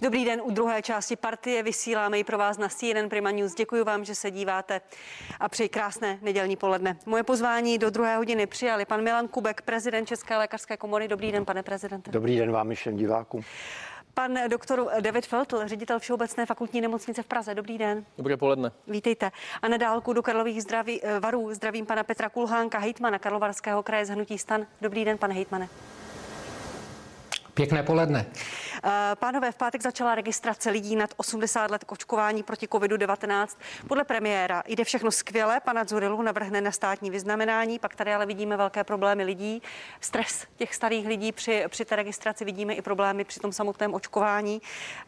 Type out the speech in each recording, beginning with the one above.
Dobrý den u druhé části Partie. Vysíláme ji pro vás na CNN Prima News. Děkuji vám, že se díváte a přeji krásné nedělní poledne. Moje pozvání do druhé hodiny přijali pan Milan Kubek, prezident České lékařské komory. Dobrý den, pane prezidente. Dobrý den vám i všem divákům. Pan doktor David Feltl, ředitel Všeobecné fakultní nemocnice v Praze. Dobrý den. Dobré poledne. Vítejte. A na dálku do Karlových Varů zdravím pana Petra Kulhánka, hejtmana Karlovarského kraje z hnutí STAN. Dobrý den, pane hejtmane. Pěkné poledne. Pánové, v pátek začala registrace lidí nad 80 let k očkování proti COVID-19. Podle premiéra jde všechno skvěle, pana Dzurillu navrhne na státní vyznamenání, pak tady ale vidíme velké problémy lidí, stres těch starých lidí při té registraci, vidíme i problémy při tom samotném očkování.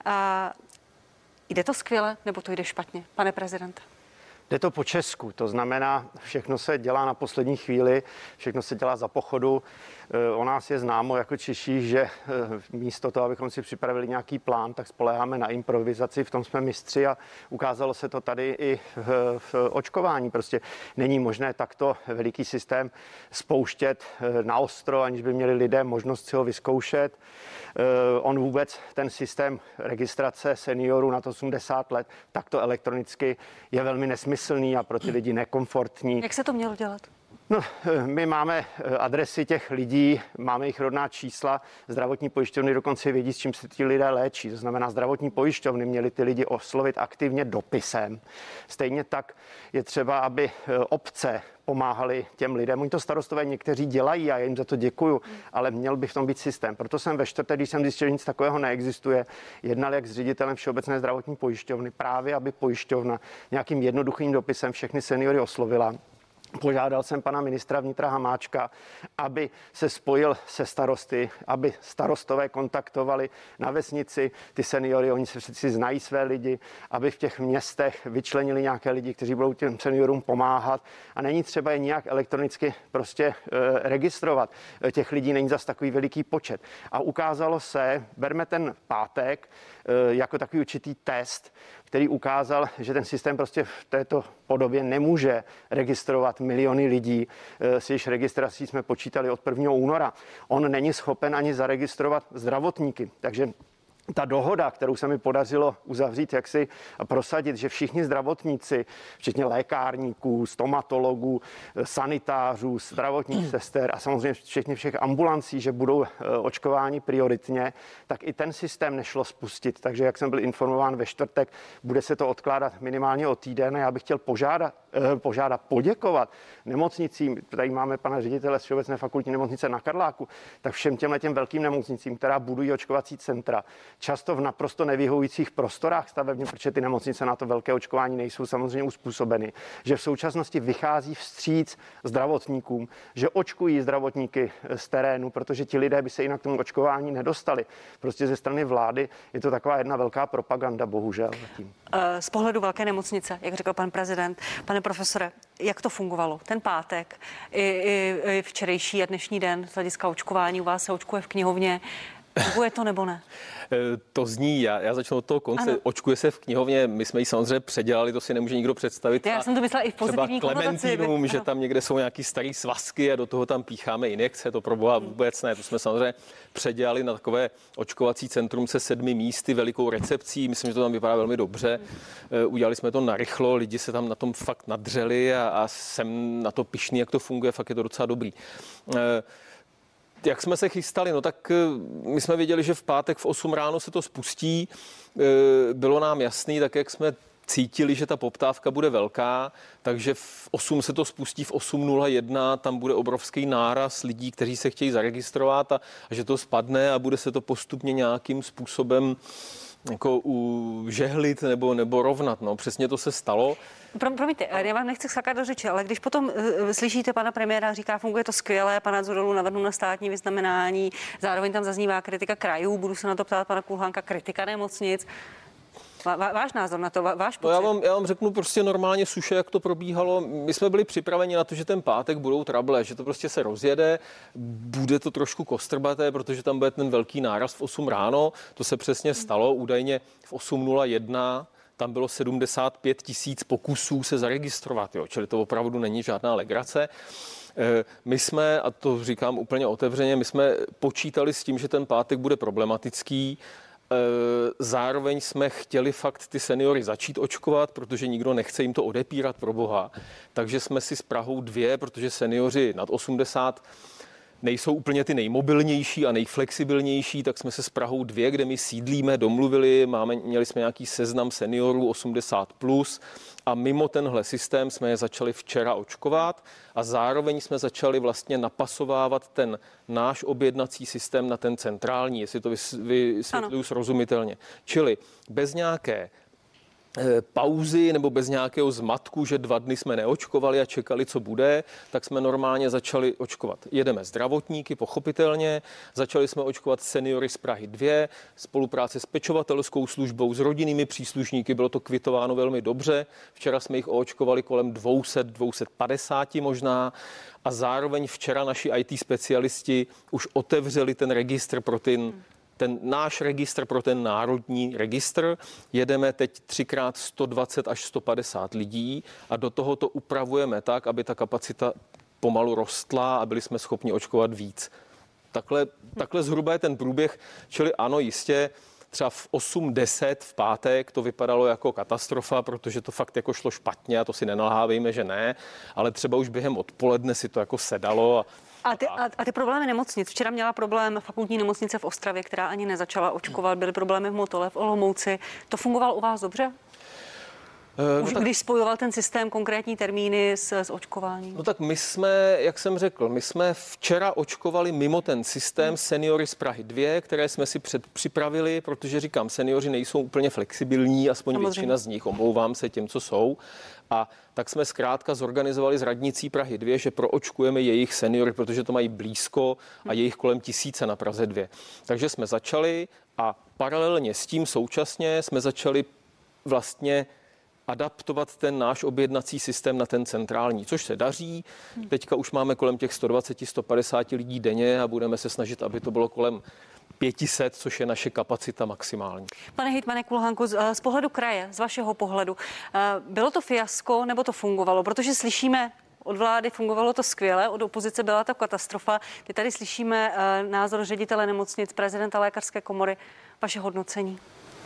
Jde to skvěle, nebo to jde špatně, pane prezidente? Jde to po Česku, to znamená, všechno se dělá na poslední chvíli, všechno se dělá za pochodu. O nás je známo jako Češi, že místo toho, abychom si připravili nějaký plán, tak spoléháme na improvizaci, v tom jsme mistři a ukázalo se to tady i v očkování. Prostě není možné takto veliký systém spouštět na ostro, aniž by měli lidé možnost si ho vyzkoušet. On vůbec, ten systém registrace seniorů nad 80 let, takto elektronicky je velmi nesmyslný a pro ty lidi nekomfortní. Jak se to mělo dělat? No, my máme adresy těch lidí, máme jejich rodná čísla, zdravotní pojišťovny dokonce vědí, s čím se ti lidé léčí. To znamená, zdravotní pojišťovny měly ty lidi oslovit aktivně dopisem. Stejně tak je třeba, aby obce pomáhali těm lidem. Oni to starostové někteří dělají a já jim za to děkuju, ale měl by v tom být systém. Proto jsem ve čtvrtek, když jsem zjistil, že nic takového neexistuje, jednal jak s ředitelem Všeobecné zdravotní pojišťovny, právě aby pojišťovna nějakým jednoduchým dopisem všechny seniory oslovila. Požádal jsem pana ministra vnitra Hamáčka, aby se spojil se starosty, aby starostové kontaktovali na vesnici ty seniory, oni se přeci znají své lidi, aby v těch městech vyčlenili nějaké lidi, kteří budou těm seniorům pomáhat a není třeba je nějak elektronicky prostě registrovat. Těch lidí není zas takový veliký počet. A ukázalo se, berme ten pátek jako takový určitý test, který ukázal, že ten systém prostě v této podobě nemůže registrovat miliony lidí. S jejíž registrací jsme počítali od 1. února. On není schopen ani zaregistrovat zdravotníky. Takže ta dohoda, kterou se mi podařilo uzavřít, jak si prosadit, že všichni zdravotníci, včetně lékárníků, stomatologů, sanitářů, zdravotních sester a samozřejmě včetně všech ambulancí, že budou očkováni prioritně, tak i ten systém nešlo spustit. Takže jak jsem byl informován ve čtvrtek, bude se to odkládat minimálně o týden a já bych chtěl poděkovat nemocnicím, tady máme pana ředitele z Všeobecné fakultní nemocnice na Karláku, tak všem těmhletěm velkým nemocnicím, která budují očkovací centra, často v naprosto nevyhovujících prostorách stavebně, protože ty nemocnice na to velké očkování nejsou samozřejmě uspůsobeny, že v současnosti vychází vstříc zdravotníkům, že očkují zdravotníky z terénu, protože ti lidé by se jinak k tomu očkování nedostali. Prostě ze strany vlády je to taková jedna velká propaganda, bohužel. Z pohledu velké nemocnice, jak řekl pan prezident, pane profesore, jak to fungovalo? Ten pátek, i včerejší a dnešní den z hlediska očkování, u vás se očkuje v knihovně. Funguje to nebo ne? To zní, já začnu od toho konce. Ano. Očkuje se v knihovně, my jsme ji samozřejmě předělali, to si nemůže nikdo představit. Já jsem to myslela i v pozitivní třeba Klementínům, že tam někde jsou nějaký starý svazky a do toho tam pícháme injekce, to pro boha vůbec ne. To jsme samozřejmě předělali na takové očkovací centrum se 7 místy, velikou recepcí, myslím, že to tam vypadá velmi dobře. Udělali jsme to narychlo, lidi se tam na tom fakt nadřeli a jsem na to pyšný, jak to funguje, fakt je to docela dobrý. Jak jsme se chystali, no tak my jsme věděli, že v pátek v 8 ráno se to spustí. Bylo nám jasný, tak jak jsme cítili, že ta poptávka bude velká, takže v 8 se to spustí, v 8:01 tam bude obrovský náraz lidí, kteří se chtějí zaregistrovat a že to spadne a bude se to postupně nějakým způsobem jako žehlit nebo rovnat. No, přesně to se stalo. Promiňte, já vám nechci skákat do řeči, ale když potom slyšíte pana premiéra, říká, funguje to skvěle, pana Dzurillu navrhnu na státní vyznamenání, zároveň tam zaznívá kritika krajů, budu se na to ptát pana Kulhánka, kritika nemocnic. Váš názor na to, váš pocit? No já vám řeknu prostě normálně suše, jak to probíhalo. My jsme byli připraveni na to, že ten pátek budou trable, že to prostě se rozjede, bude to trošku kostrbaté, protože tam bude ten velký náraz v 8 ráno. To se přesně stalo, údajně v 8:01 tam bylo 75 000 pokusů se zaregistrovat, jo, čili to opravdu není žádná legrace. My jsme, a to říkám úplně otevřeně, my jsme počítali s tím, že ten pátek bude problematický Zároveň jsme chtěli fakt ty seniory začít očkovat, protože nikdo nechce jim to odepírat, pro boha. Takže jsme si s Prahou 2, protože seniori nad 80 nejsou úplně ty nejmobilnější a nejflexibilnější, tak jsme se s Prahou 2, kde my sídlíme, domluvili, měli jsme nějaký seznam seniorů 80+, a mimo tenhle systém jsme je začali včera očkovat a zároveň jsme začali vlastně napasovávat ten náš objednací systém na ten centrální, jestli to vysvětluju srozumitelně. Čili bez nějaké pauzy nebo bez nějakého zmatku, že 2 dny jsme neočkovali a čekali, co bude, tak jsme normálně začali očkovat. Jedeme zdravotníky, pochopitelně, začali jsme očkovat seniory z Prahy 2, spolupráce s pečovatelskou službou, s rodinnými příslušníky, bylo to kvitováno velmi dobře. Včera jsme jich oočkovali kolem 200, 250 možná a zároveň včera naši IT specialisti už otevřeli ten registr pro ten náš registr pro ten národní registr. Jedeme teď 3x 120 až 150 lidí a do toho to upravujeme tak, aby ta kapacita pomalu rostla a byli jsme schopni očkovat víc. Takhle zhruba je ten průběh, čili ano, jistě, třeba v 8:10 v pátek to vypadalo jako katastrofa, protože to fakt jako šlo špatně a to si nenalhávejme, že ne, ale třeba už během odpoledne si to jako sedalo A ty problémy nemocnic. Včera měla problém fakultní nemocnice v Ostravě, která ani nezačala očkovat. Byly problémy v Motole, v Olomouci. To fungovalo u vás dobře? Už když spojoval ten systém konkrétní termíny s očkováním? No tak my jsme, jak jsem řekl, my jsme včera očkovali mimo ten systém seniory z Prahy 2, které jsme si připravili, protože říkám, seniori nejsou úplně flexibilní, aspoň většina z nich, omlouvám se těm, co jsou. A tak jsme zkrátka zorganizovali s radnicí Prahy 2, že proočkujeme jejich seniory, protože to mají blízko a jejich kolem 1000 na Praze 2. Takže jsme začali a paralelně s tím současně jsme začali vlastně adaptovat ten náš objednací systém na ten centrální, což se daří. Teďka už máme kolem těch 120-150 lidí denně a budeme se snažit, aby to bylo kolem 500, což je naše kapacita maximální. Pane hejtmane Kulhánku, z pohledu kraje, z vašeho pohledu, bylo to fiasko nebo to fungovalo? Protože slyšíme od vlády, fungovalo to skvěle, od opozice byla to katastrofa. Teď tady slyšíme názor ředitele nemocnic, prezidenta lékařské komory, vaše hodnocení.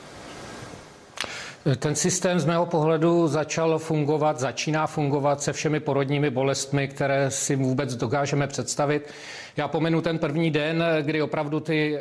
Ten systém z mého pohledu začíná fungovat se všemi porodními bolestmi, které si vůbec dokážeme představit. Já pomenu ten první den, kdy opravdu ty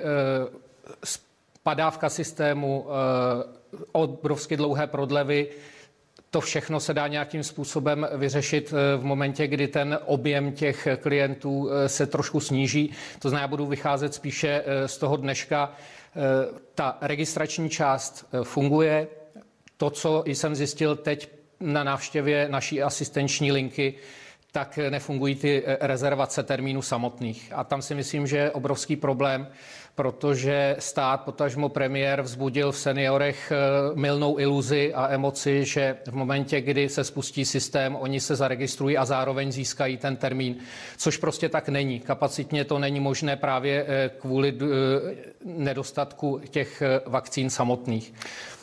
padávka systému, obrovsky dlouhé prodlevy, to všechno se dá nějakým způsobem vyřešit v momentě, kdy ten objem těch klientů se trošku sníží. To znamená, já budu vycházet spíše z toho dneška. Ta registrační část funguje. To, co jsem zjistil teď na návštěvě naší asistenční linky, tak nefungují ty rezervace termínů samotných. A tam si myslím, že je obrovský problém, protože stát, potažmo premiér, vzbudil v seniorech mylnou iluzi a emoci, že v momentě, kdy se spustí systém, oni se zaregistrují a zároveň získají ten termín, což prostě tak není. Kapacitně to není možné právě kvůli nedostatku těch vakcín samotných.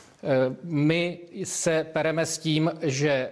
My se pereme s tím, že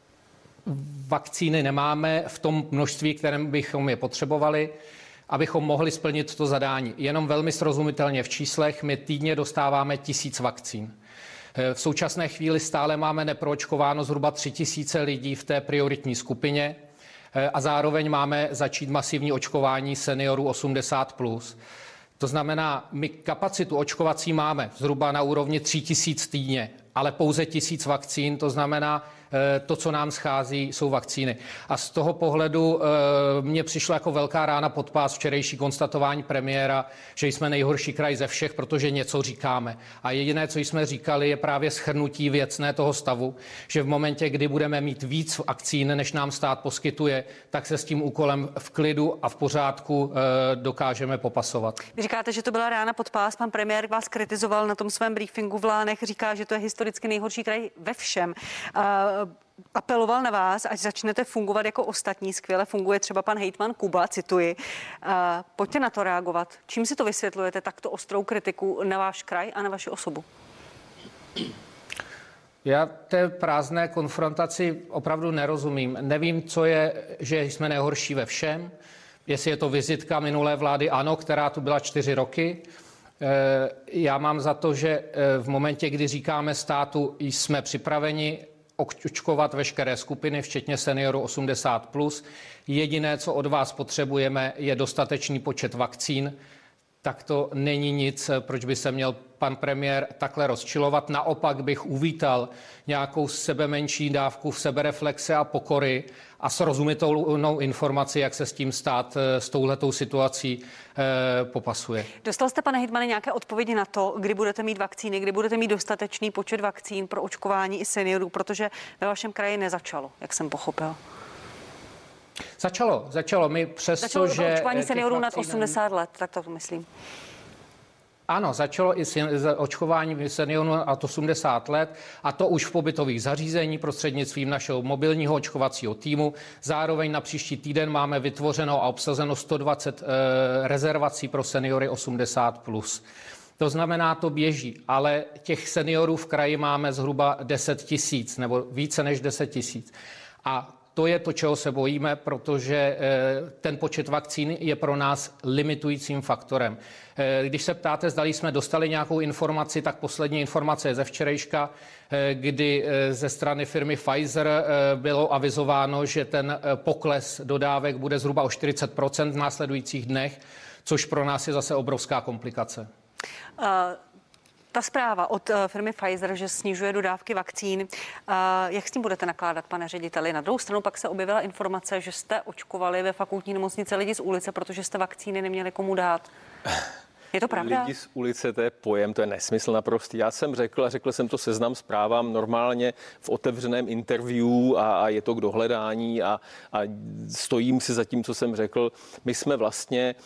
vakcíny nemáme v tom množství, kterém bychom je potřebovali, abychom mohli splnit to zadání. Jenom velmi srozumitelně v číslech, my týdně dostáváme 1000 vakcín. V současné chvíli stále máme neproočkováno zhruba 3000 lidí v té prioritní skupině a zároveň máme začít masivní očkování seniorů 80+. To znamená, my kapacitu očkovací máme zhruba na úrovni 3000 týdně, ale pouze 1000 vakcín, to znamená, to, co nám schází, jsou vakcíny. A z toho pohledu mně přišlo jako velká rána pod pás včerejší konstatování premiéra, že jsme nejhorší kraj ze všech, protože něco říkáme. A jediné, co jsme říkali, je právě shrnutí věcné toho stavu, že v momentě, kdy budeme mít víc vakcín, než nám stát poskytuje, tak se s tím úkolem v klidu a v pořádku dokážeme popasovat. Vy říkáte, že to byla rána pod pás. Pan premiér vás kritizoval na tom svém briefingu v Lánech, říká, že to je historicky nejhorší kraj ve všem. Apeloval na vás, ať začnete fungovat jako ostatní. Skvěle funguje třeba pan hejtman Kuba, cituji. Pojďte na to reagovat. Čím si to vysvětlujete, takto ostrou kritiku na váš kraj a na vaši osobu? Já té prázdné konfrontaci opravdu nerozumím. Nevím, co je, že jsme nejhorší ve všem. Jestli je to vizitka minulé vlády ANO, která tu byla 4 roky, Já mám za to, že v momentě, kdy říkáme státu, jsme připraveni očkovat veškeré skupiny, včetně seniorů 80+. Jediné, co od vás potřebujeme, je dostatečný počet vakcín. Tak to není nic, proč by se měl pan premiér takhle rozčilovat. Naopak bych uvítal nějakou sebemenší dávku v sebereflexe a pokory a srozumitelnou informaci, jak se s tím stát s touhletou situací popasuje. Dostal jste, pane hejtmane, nějaké odpovědi na to, kdy budete mít vakcíny, kdy budete mít dostatečný počet vakcín pro očkování i seniorů, protože ve vašem kraji nezačalo, jak jsem pochopil. Začalo. My přesto, že očkování seniorů nad 80 let, tak to myslím. Ano, začalo i očkování seniorů nad 80 let, a to už v pobytových zařízení prostřednictvím našeho mobilního očkovacího týmu. Zároveň na příští týden máme vytvořeno a obsazeno 120 rezervací pro seniory 80+. To znamená, to běží, ale těch seniorů v kraji máme zhruba 10 000 nebo více než 10 000. A to je to, čeho se bojíme, protože ten počet vakcín je pro nás limitujícím faktorem. Když se ptáte, zdali jsme dostali nějakou informaci, tak poslední informace je ze včerejška, kdy ze strany firmy Pfizer bylo avizováno, že ten pokles dodávek bude zhruba o 40% v následujících dnech, což pro nás je zase obrovská komplikace. Ta zpráva od firmy Pfizer, že snižuje dodávky vakcín, jak s tím budete nakládat, pane řediteli? Na druhou stranu pak se objevila informace, že jste očkovali ve fakultní nemocnici lidi z ulice, protože jste vakcíny neměli komu dát. Je to pravda? Lidi z ulice, to je pojem, to je nesmysl naprostý. Já jsem řekl jsem to Seznam Zprávám normálně v otevřeném interview a je to k dohledání a stojím si za tím, co jsem řekl. My jsme vlastně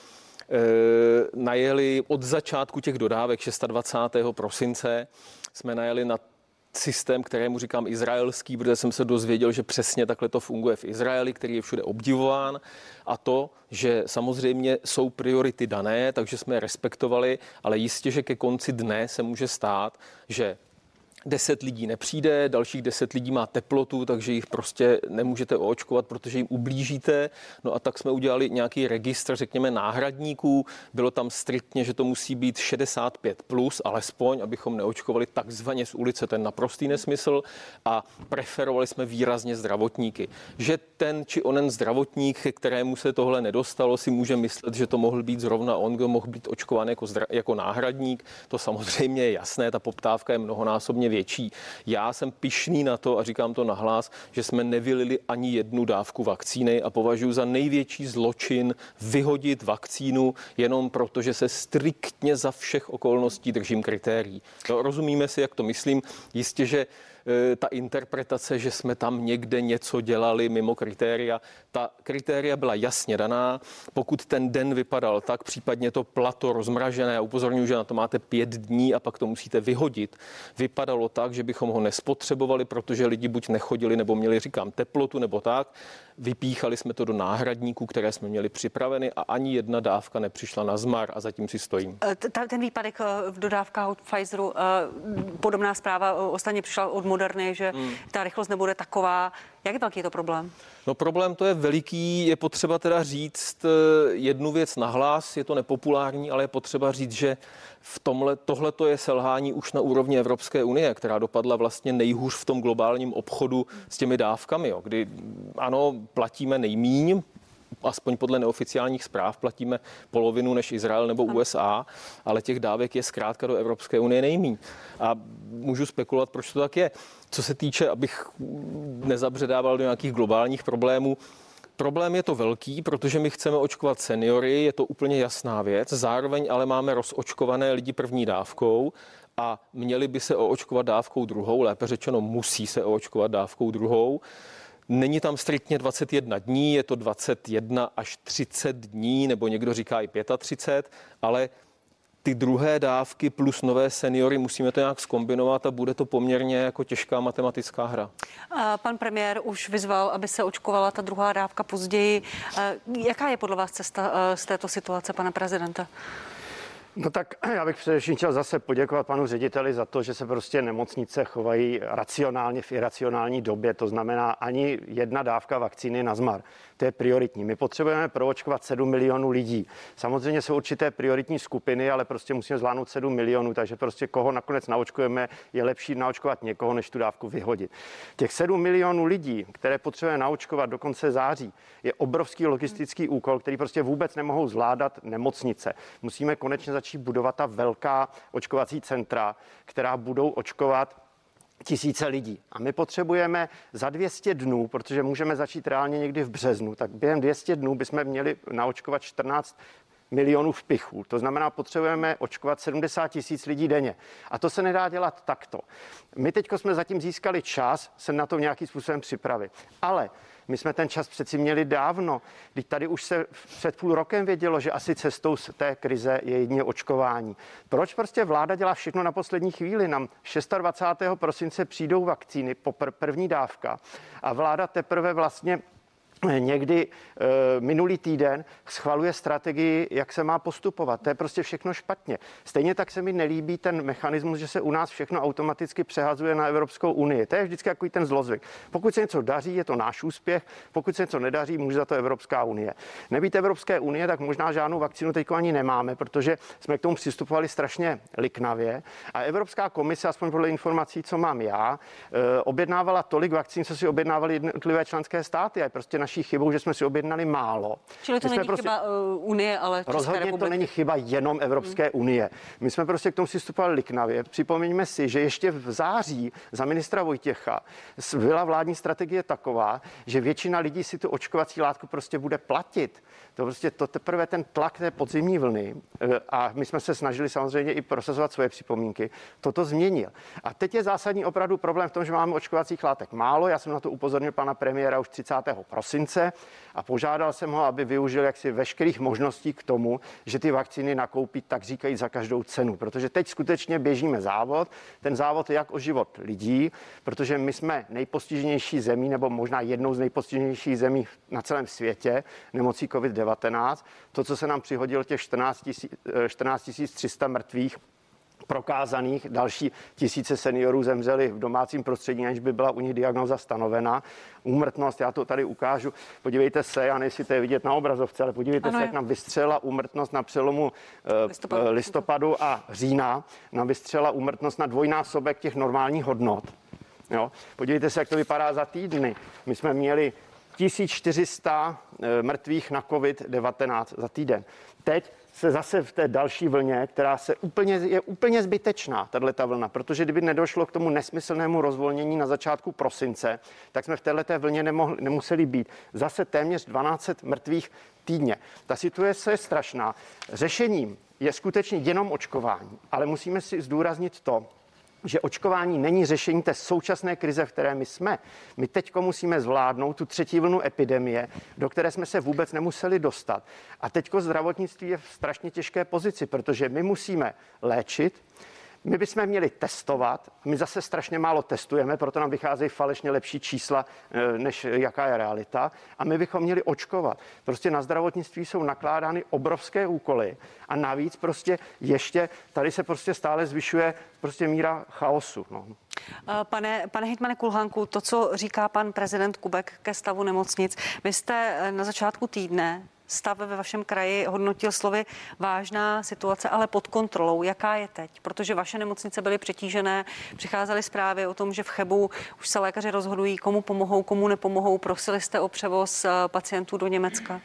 najeli od začátku těch dodávek 26. prosince, jsme najeli na systém, kterému říkám izraelský, protože jsem se dozvěděl, že přesně takhle to funguje v Izraeli, který je všude obdivován, a to, že samozřejmě jsou priority dané, takže jsme je respektovali, ale jistě, že ke konci dne se může stát, že 10 lidí nepřijde, dalších 10 lidí má teplotu, takže jich prostě nemůžete oočkovat, protože jim ublížíte. No a tak jsme udělali nějaký registr, řekněme, náhradníků. Bylo tam striktně, že to musí být 65+, alespoň, abychom neočkovali takzvaně z ulice, ten naprostý nesmysl, a preferovali jsme výrazně zdravotníky. Že ten či onen zdravotník, ke kterému se tohle nedostalo, si může myslet, že to mohl být zrovna on, kdo mohl být očkován jako náhradník. To samozřejmě je jasné, ta poptávka je mnohonásobně větší. Já jsem pyšný na to, a říkám to nahlas, že jsme nevylili ani jednu dávku vakcíny a považuji za největší zločin vyhodit vakcínu jenom proto, že se striktně za všech okolností držím kritérií. No, rozumíme si, jak to myslím. Jistě, že ta interpretace, že jsme tam někde něco dělali mimo kritéria. Ta kritéria byla jasně daná. Pokud ten den vypadal tak, případně to plato rozmražené, já upozorňuji, že na to máte 5 dní a pak to musíte vyhodit, vypadalo tak, že bychom ho nespotřebovali, protože lidi buď nechodili, nebo měli, říkám, teplotu, nebo tak. Vypíchali jsme to do náhradníků, které jsme měli připraveny, a ani jedna dávka nepřišla na zmar, a zatím si stojím. Ten výpadek v dodávkách od Pfizeru, podobná zpráva ostatně přišla od Moderny, že ta rychlost nebude taková. Jak velký je to problém? No, problém to je veliký, je potřeba teda říct jednu věc nahlas, je to nepopulární, ale je potřeba říct, že tohle to je selhání už na úrovni Evropské unie, která dopadla vlastně nejhůř v tom globálním obchodu s těmi dávkami, jo, kdy ano, platíme nejmíň, aspoň podle neoficiálních zpráv platíme polovinu než Izrael nebo USA, ale těch dávek je zkrátka do Evropské unie nejmíň. A můžu spekulovat, proč to tak je. Co se týče, abych nezabředával do nějakých globálních problémů, problém je to velký, protože my chceme očkovat seniory, je to úplně jasná věc, zároveň ale máme rozočkované lidi první dávkou a měli by se oočkovat dávkou druhou, lépe řečeno musí se oočkovat dávkou druhou. Není tam striktně 21 dní, je to 21 až 30 dní, nebo někdo říká i 35, ale ty druhé dávky plus nové seniory musíme to nějak zkombinovat a bude to poměrně jako těžká matematická hra. Pan premiér už vyzval, aby se očkovala ta druhá dávka později. Jaká je podle vás cesta z této situace, pana prezidenta? No tak já bych především chtěl zase poděkovat panu řediteli za to, že se prostě nemocnice chovají racionálně v iracionální době. To znamená ani jedna dávka vakcíny nazmar. To je prioritní. My potřebujeme proočkovat 7 milionů lidí. Samozřejmě jsou určité prioritní skupiny, ale prostě musíme zvládnout 7 milionů, takže prostě koho nakonec naočkujeme, je lepší naočkovat někoho, než tu dávku vyhodit. Těch 7 milionů lidí, které potřebujeme naočkovat do konce září, je obrovský logistický úkol, který prostě vůbec nemohou zvládat nemocnice. Musíme konečně začít budovat ta velká očkovací centra, která budou očkovat tisíce lidí. A my potřebujeme za 200 dnů, protože můžeme začít reálně někdy v březnu, tak během 200 dnů bychom měli naočkovat 14 milionů vpichů. To znamená, potřebujeme očkovat 70 000 lidí denně. A to se nedá dělat takto. My teďko jsme zatím získali čas se na to nějakým způsobem připravit. Ale my jsme ten čas přeci měli dávno. Když tady už se před půl rokem vědělo, že asi cestou z té krize je jedině očkování. Proč prostě vláda dělá všechno na poslední chvíli? Nám 26. prosince přijdou vakcíny, první dávka a vláda teprve vlastně někdy minulý týden schvaluje strategii, jak se má postupovat. To je prostě všechno špatně. Stejně tak se mi nelíbí ten mechanismus, že se u nás všechno automaticky přehazuje na Evropskou unii. To je vždycky takový ten zlozvyk. Pokud se něco daří, je to náš úspěch, pokud se něco nedaří, může za to Evropská unie. Nebýt Evropské unie, tak možná žádnou vakcínu teď ani nemáme, protože jsme k tomu přistupovali strašně liknavě. A Evropská komise, aspoň podle informací, co mám já, objednávala tolik vakcín, co si objednávaly jednotlivé členské státy. A je prostě naší chybou, že jsme si objednali málo. Čili to není chyba Unie, ale České rozhodně republiky. To není chyba jenom Evropské unie. My jsme prostě k tomu přistupovali liknavě. Připomeňme si, že ještě v září za ministra Vojtěcha byla vládní strategie taková, že většina lidí si tu očkovací látku prostě bude platit. To prostě to teprve ten tlak té podzimní vlny a my jsme se snažili samozřejmě i prosazovat svoje připomínky. Toto změnil. A teď je zásadní opravdu problém v tom, že máme očkovacích látek málo. Já jsem na to upozornil pana premiéra už 30. prosince a požádal jsem ho, aby využil jaksi veškerých možností k tomu, že ty vakcíny nakoupí tak říkají za každou cenu, protože teď skutečně běžíme závod. Ten závod je jak o život lidí, protože my jsme nejpostiženější zemí nebo možná jednou z nejpostiženějších zemí na celém světě nemocí COVID-19. To, co se nám přihodilo, těch 14 300 mrtvých prokázaných, další tisíce seniorů zemřeli v domácím prostředí, aniž by byla u nich diagnóza stanovena. Úmrtnost, já to tady ukážu, podívejte se, já nejsi to je vidět na obrazovce, ale podívejte se, jak nám vystřela úmrtnost na přelomu listopadu a října, nám vystřela úmrtnost na dvojnásobek těch normálních hodnot. Jo? Podívejte se, jak to vypadá za týdny. My jsme měli 1400 mrtvých na COVID-19 za týden. Teď se zase v té další vlně, která je úplně zbytečná, tato vlna, protože kdyby nedošlo k tomu nesmyslnému rozvolnění na začátku prosince, tak jsme v této vlně nemuseli být. Zase téměř 1200 mrtvých týdně. Ta situace je strašná. Řešením je skutečně jenom očkování, ale musíme si zdůraznit to, že očkování není řešení té současné krize, v které my jsme. My teďko musíme zvládnout tu třetí vlnu epidemie, do které jsme se vůbec nemuseli dostat. A teďko zdravotnictví je v strašně těžké pozici, protože my musíme léčit, my bychom měli testovat, my zase strašně málo testujeme, proto nám vycházejí falešně lepší čísla, než jaká je realita. A my bychom měli očkovat. Prostě na zdravotnictví jsou nakládány obrovské úkoly a navíc prostě ještě tady se prostě stále zvyšuje prostě míra chaosu. No. Pane hejtmane Kulhánku, to, co říká pan prezident Kubek ke stavu nemocnic, vy jste na začátku týdne stav ve vašem kraji hodnotil slovy vážná situace, ale pod kontrolou. Jaká je teď? Protože vaše nemocnice byly přetížené, přicházely zprávy o tom, že v Chebu už se lékaři rozhodují, komu pomohou, komu nepomohou. Prosili jste o převoz pacientů do Německa?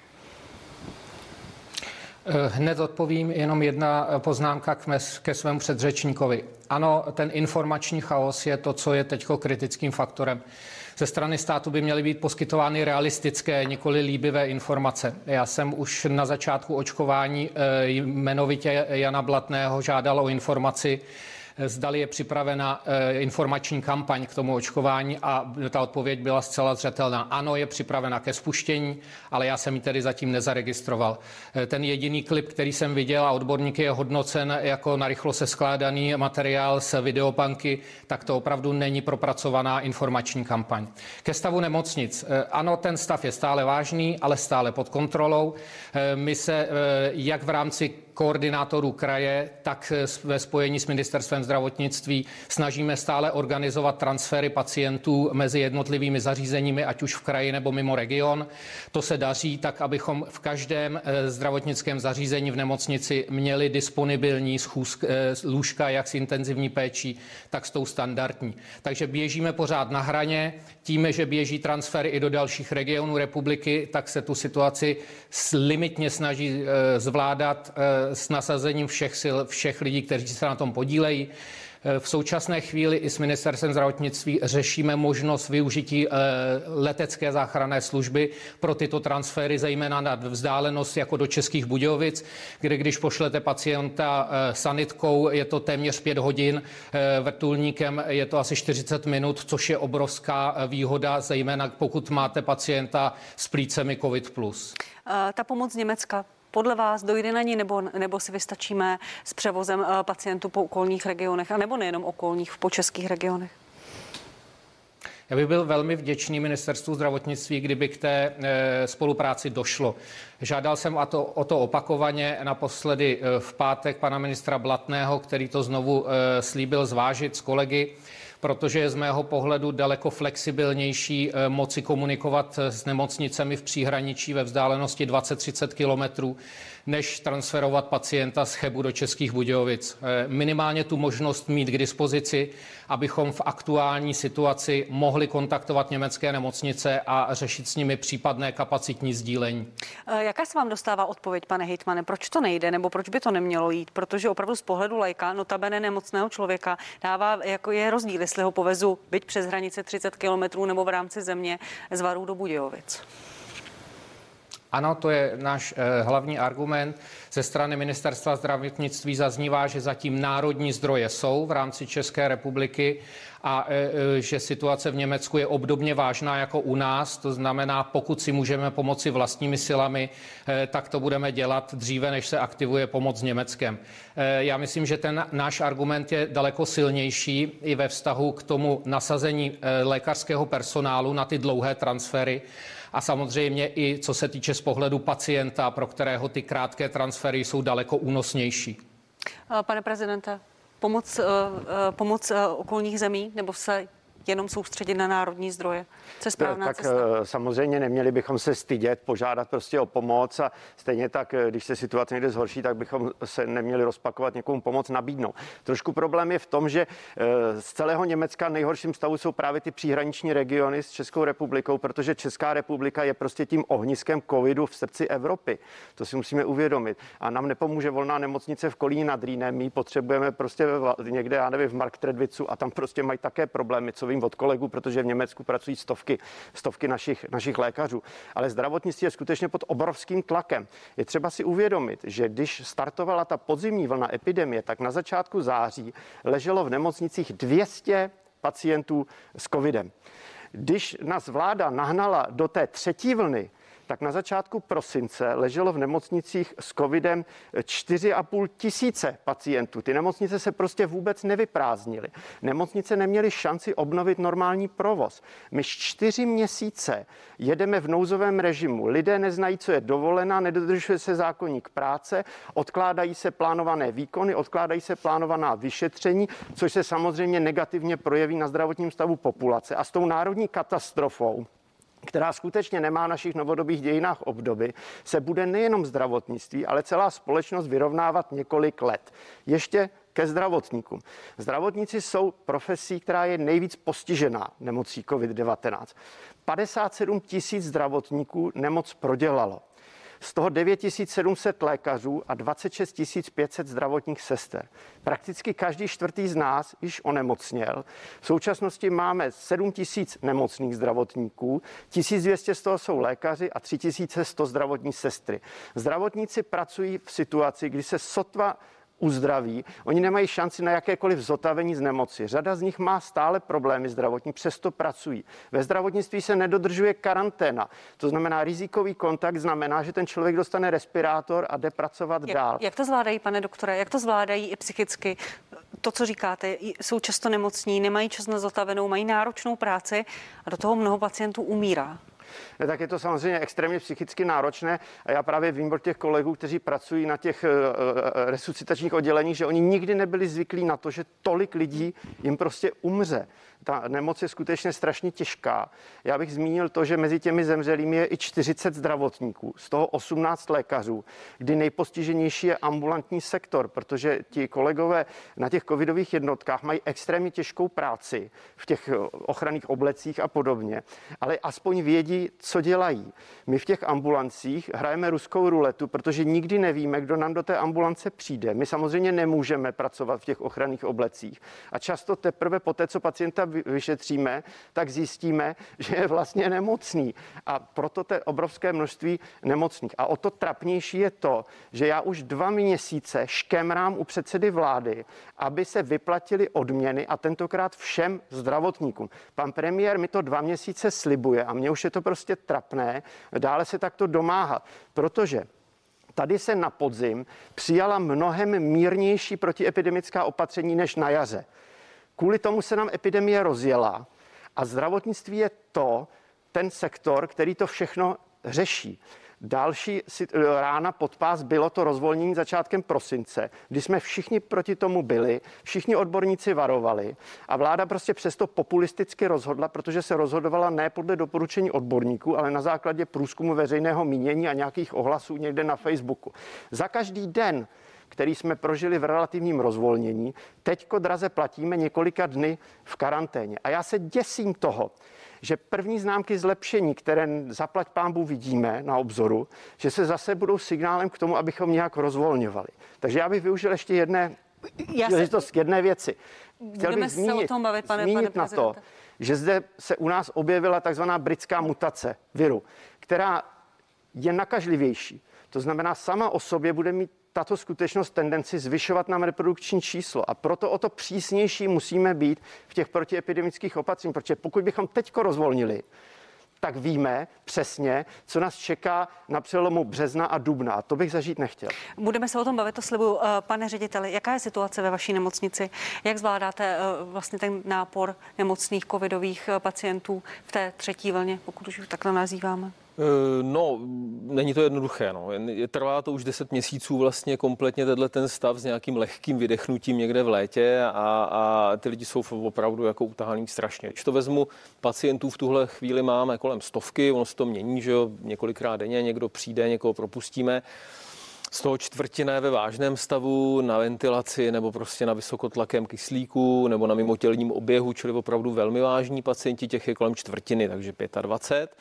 Hned odpovím, jenom jedna poznámka ke svému předřečníkovi. Ano, ten informační chaos je to, co je teď kritickým faktorem. Ze strany státu by měly být poskytovány realistické, nikoli líbivé informace. Já jsem už na začátku očkování jmenovitě Jana Blatného žádal o informaci, zdali je připravena informační kampaň k tomu očkování a ta odpověď byla zcela zřetelná. Ano, je připravena ke spuštění, ale já jsem ji tedy zatím nezaregistroval. Ten jediný klip, který jsem viděl a odborníky je hodnocen jako narychlo seskládaný materiál z videobanky, tak to opravdu není propracovaná informační kampaň. Ke stavu nemocnic. Ano, ten stav je stále vážný, ale stále pod kontrolou. My se jak v rámci koordinátorů kraje, tak ve spojení s ministerstvem zdravotnictví snažíme stále organizovat transfery pacientů mezi jednotlivými zařízeními, ať už v kraji nebo mimo region. To se daří tak, abychom v každém zdravotnickém zařízení v nemocnici měli disponibilní lůžka jak s intenzivní péčí, tak s tou standardní. Takže běžíme pořád na hraně. Tím, že běží transfery i do dalších regionů republiky, tak se tu situaci limitně snaží zvládat s nasazením všech sil, všech lidí, kteří se na tom podílejí. V současné chvíli i s ministerstvem zdravotnictví řešíme možnost využití letecké záchranné služby pro tyto transfery, zejména na vzdálenost jako do Českých Budějovic, kde když pošlete pacienta sanitkou, je to téměř 5 hodin, vrtulníkem je to asi 40 minut, což je obrovská výhoda, zejména pokud máte pacienta s plícemi COVID+. Ta pomoc z Německa. Podle vás dojde na ní nebo si vystačíme s převozem pacientů po okolních regionech, a nebo nejenom okolních, po českých regionech? Já bych byl velmi vděčný ministerstvu zdravotnictví, kdyby k té spolupráci došlo. Žádal jsem o to opakovaně, naposledy v pátek pana ministra Blatného, který to znovu slíbil zvážit s kolegy, protože je z mého pohledu daleko flexibilnější moci komunikovat s nemocnicemi v příhraničí ve vzdálenosti 20-30 kilometrů, než transferovat pacienta z Chebu do Českých Budějovic. Minimálně tu možnost mít k dispozici, abychom v aktuální situaci mohli kontaktovat německé nemocnice a řešit s nimi případné kapacitní sdílení. Jaká se vám dostává odpověď, pane hejtmane? Proč to nejde, nebo proč by to nemělo jít? Protože opravdu z pohledu laika, notabene nemocného člověka, jako je rozdíl, jestli ho povezu byť přes hranice 30 kilometrů nebo v rámci země z Varů do Budějovic. Ano, to je náš hlavní argument. Ze strany ministerstva zdravotnictví zaznívá, že zatím národní zdroje jsou v rámci České republiky a že situace v Německu je obdobně vážná jako u nás. To znamená, pokud si můžeme pomoci vlastními silami, tak to budeme dělat dříve, než se aktivuje pomoc s Německem. Já myslím, že ten náš argument je daleko silnější i ve vztahu k tomu nasazení lékařského personálu na ty dlouhé transfery. A samozřejmě i co se týče z pohledu pacienta, pro kterého ty krátké transfery jsou daleko únosnější. Pane prezidente, pomoc okolních zemí nebo se jenom soustředit na národní zdroje? Co je správná tak cesta? Samozřejmě neměli bychom se stydět, požádat prostě o pomoc a stejně tak, když se situace někde zhorší, tak bychom se neměli rozpakovat někomu pomoc nabídnout. Trošku problém je v tom, že z celého Německa nejhorším stavu jsou právě ty příhraniční regiony s Českou republikou, protože Česká republika je prostě tím ohniskem covidu v srdci Evropy. To si musíme uvědomit. A nám nepomůže volná nemocnice v Kolíně nad Rýnem. My potřebujeme prostě někde, já nevím, v Marktredwicu a tam prostě mají také problémy, co vím od kolegů, protože v Německu pracují stovky našich lékařů. Ale zdravotnictví je skutečně pod obrovským tlakem. Je třeba si uvědomit, že když startovala ta podzimní vlna epidemie, tak na začátku září leželo v nemocnicích 200 pacientů s covidem. Když nás vláda nahnala do té třetí vlny, tak na začátku prosince leželo v nemocnicích s covidem 4,5 tisíce pacientů. Ty nemocnice se prostě vůbec nevyprázdnily. Nemocnice neměly šanci obnovit normální provoz. My 4 měsíce jedeme v nouzovém režimu. Lidé neznají, co je dovolená, nedodržuje se zákoník práce, odkládají se plánované výkony, odkládají se plánovaná vyšetření, což se samozřejmě negativně projeví na zdravotním stavu populace. A s tou národní katastrofou, která skutečně nemá v našich novodobých dějinách obdoby, se bude nejenom zdravotnictví, ale celá společnost vyrovnávat několik let. Ještě ke zdravotníkům. Zdravotníci jsou profesí, která je nejvíc postižená nemocí COVID-19. 57 000 zdravotníků nemoc prodělalo. Z toho 9700 lékařů a 26 500 zdravotních sester. Prakticky každý čtvrtý z nás již onemocněl. V současnosti máme 7 000 nemocných zdravotníků, 1200 z toho jsou lékaři a 3100 zdravotní sestry. Zdravotníci pracují v situaci, kdy se sotva uzdraví, oni nemají šanci na jakékoliv zotavení z nemoci. Řada z nich má stále problémy zdravotní, přesto pracují. Ve zdravotnictví se nedodržuje karanténa. To znamená, rizikový kontakt znamená, že ten člověk dostane respirátor a jde pracovat dál. Jak to zvládají, pane doktore? Jak to zvládají i psychicky? To, co říkáte, jsou často nemocní, nemají čas na zotavenou, mají náročnou práci a do toho mnoho pacientů umírá. tak je to samozřejmě extrémně psychicky náročné a já právě vím od těch kolegů, kteří pracují na těch resuscitačních odděleních, že oni nikdy nebyli zvyklí na to, že tolik lidí jim prostě umře. Ta nemoc je skutečně strašně těžká. Já bych zmínil to, že mezi těmi zemřelými je i 40 zdravotníků, z toho 18 lékařů, kdy nejpostiženější je ambulantní sektor, protože ti kolegové na těch covidových jednotkách mají extrémně těžkou práci v těch ochranných oblecích a podobně, ale aspoň vědí, co dělají. My v těch ambulancích hrajeme ruskou ruletu, protože nikdy nevíme, kdo nám do té ambulance přijde. My samozřejmě nemůžeme pracovat v těch ochranných oblecích a často teprve poté, co pacienta vyšetříme, tak zjistíme, že je vlastně nemocný. A proto to obrovské množství nemocných. A o to trapnější je to, že já už 2 měsíce škemrám u předsedy vlády, aby se vyplatily odměny a tentokrát všem zdravotníkům. Pan premiér mi to 2 měsíce slibuje a mně už je to prostě trapné dále se takto domáhat, protože tady se na podzim přijala mnohem mírnější protiepidemická opatření než na jaře. Kvůli tomu se nám epidemie rozjela a zdravotnictví je ten sektor, který to všechno řeší. Další rána pod pás bylo to rozvolnění začátkem prosince, kdy jsme všichni proti tomu byli, všichni odborníci varovali a vláda prostě přesto populisticky rozhodla, protože se rozhodovala ne podle doporučení odborníků, ale na základě průzkumu veřejného mínění a nějakých ohlasů někde na Facebooku. Za každý den, který jsme prožili v relativním rozvolnění, teďko draze platíme několika dny v karanténě. A já se děsím toho, že první známky zlepšení, které zaplať pánbůh vidíme na obzoru, že se zase budou signálem k tomu, abychom nějak rozvolňovali. Takže já bych využil ještě jedné věci. Chtěl bych zmínit na to, že zde se u nás objevila takzvaná britská mutace viru, která je nakažlivější. To znamená, sama o sobě bude mít tato skutečnost tendenci zvyšovat nám reprodukční číslo a proto o to přísnější musíme být v těch protiepidemických opatřeních, protože pokud bychom teďko rozvolnili, tak víme přesně, co nás čeká na přelomu března a dubna. A to bych zažít nechtěl. Budeme se o tom bavit, to slibuju. Pane řediteli, jaká je situace ve vaší nemocnici? Jak zvládáte vlastně ten nápor nemocných covidových pacientů v té 3. vlně, pokud už takhle nazýváme? No, není to jednoduché. No. Trvá to už 10 měsíců vlastně kompletně ten stav s nějakým lehkým vydechnutím někde v létě a ty lidi jsou opravdu jako utahaný strašně. Když to vezmu, pacientů v tuhle chvíli máme kolem 100, ono se to mění, že jo, několikrát denně, někdo přijde, někoho propustíme. Z toho 1/4 ve vážném stavu, na ventilaci nebo prostě na vysokotlakém kyslíku nebo na mimotělním oběhu, čili opravdu velmi vážní pacienti, těch je kolem 1/4, takže 25.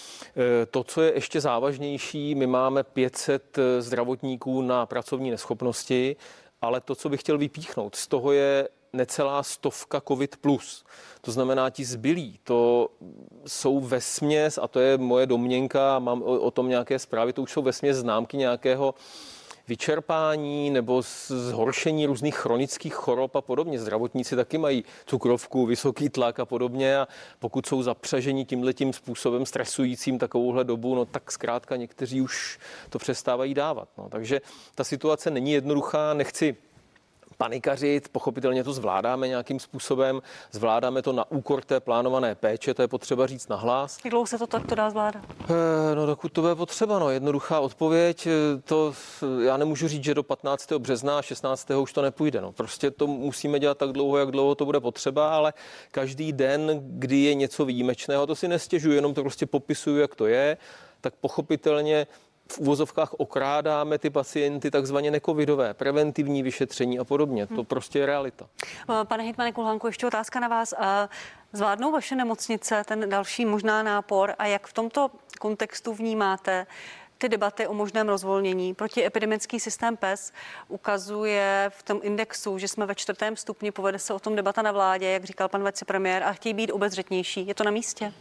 To, co je ještě závažnější, my máme 500 zdravotníků na pracovní neschopnosti, ale to, co bych chtěl vypíchnout, z toho je necelá 100 COVID+. To znamená, ti zbylí, to jsou vesměs, a to je moje domněnka, mám o tom nějaké zprávy, to už jsou vesměs známky nějakého vyčerpání nebo zhoršení různých chronických chorob a podobně. Zdravotníci taky mají cukrovku, vysoký tlak a podobně a pokud jsou zapřaženi tímhletím způsobem stresujícím takovouhle dobu, no tak zkrátka někteří už to přestávají dávat. No. Takže ta situace není jednoduchá, nechci panikařit, pochopitelně to zvládáme nějakým způsobem, zvládáme to na úkor té plánované péče, to je potřeba říct nahlas. Jak dlouho se to takto dá zvládat? No dokud to bude potřeba, no jednoduchá odpověď, to já nemůžu říct, že do 15. března a 16. už to nepůjde, no prostě to musíme dělat tak dlouho, jak dlouho to bude potřeba, ale každý den, kdy je něco výjimečného, to si nestěžuji, jenom to prostě popisuju, jak to je, tak pochopitelně v uvozovkách okrádáme ty pacienty takzvaně necovidové, preventivní vyšetření a podobně. To prostě je realita. Pane hejtmane Kulhánku, ještě otázka na vás. Zvládnou vaše nemocnice ten další možná nápor a jak v tomto kontextu vnímáte ty debaty o možném rozvolnění? Protiepidemický systém PES ukazuje v tom indexu, že jsme ve 4. stupni, povede se o tom debata na vládě, jak říkal pan vicepremiér, a chtějí být obezřetnější. Je to na místě?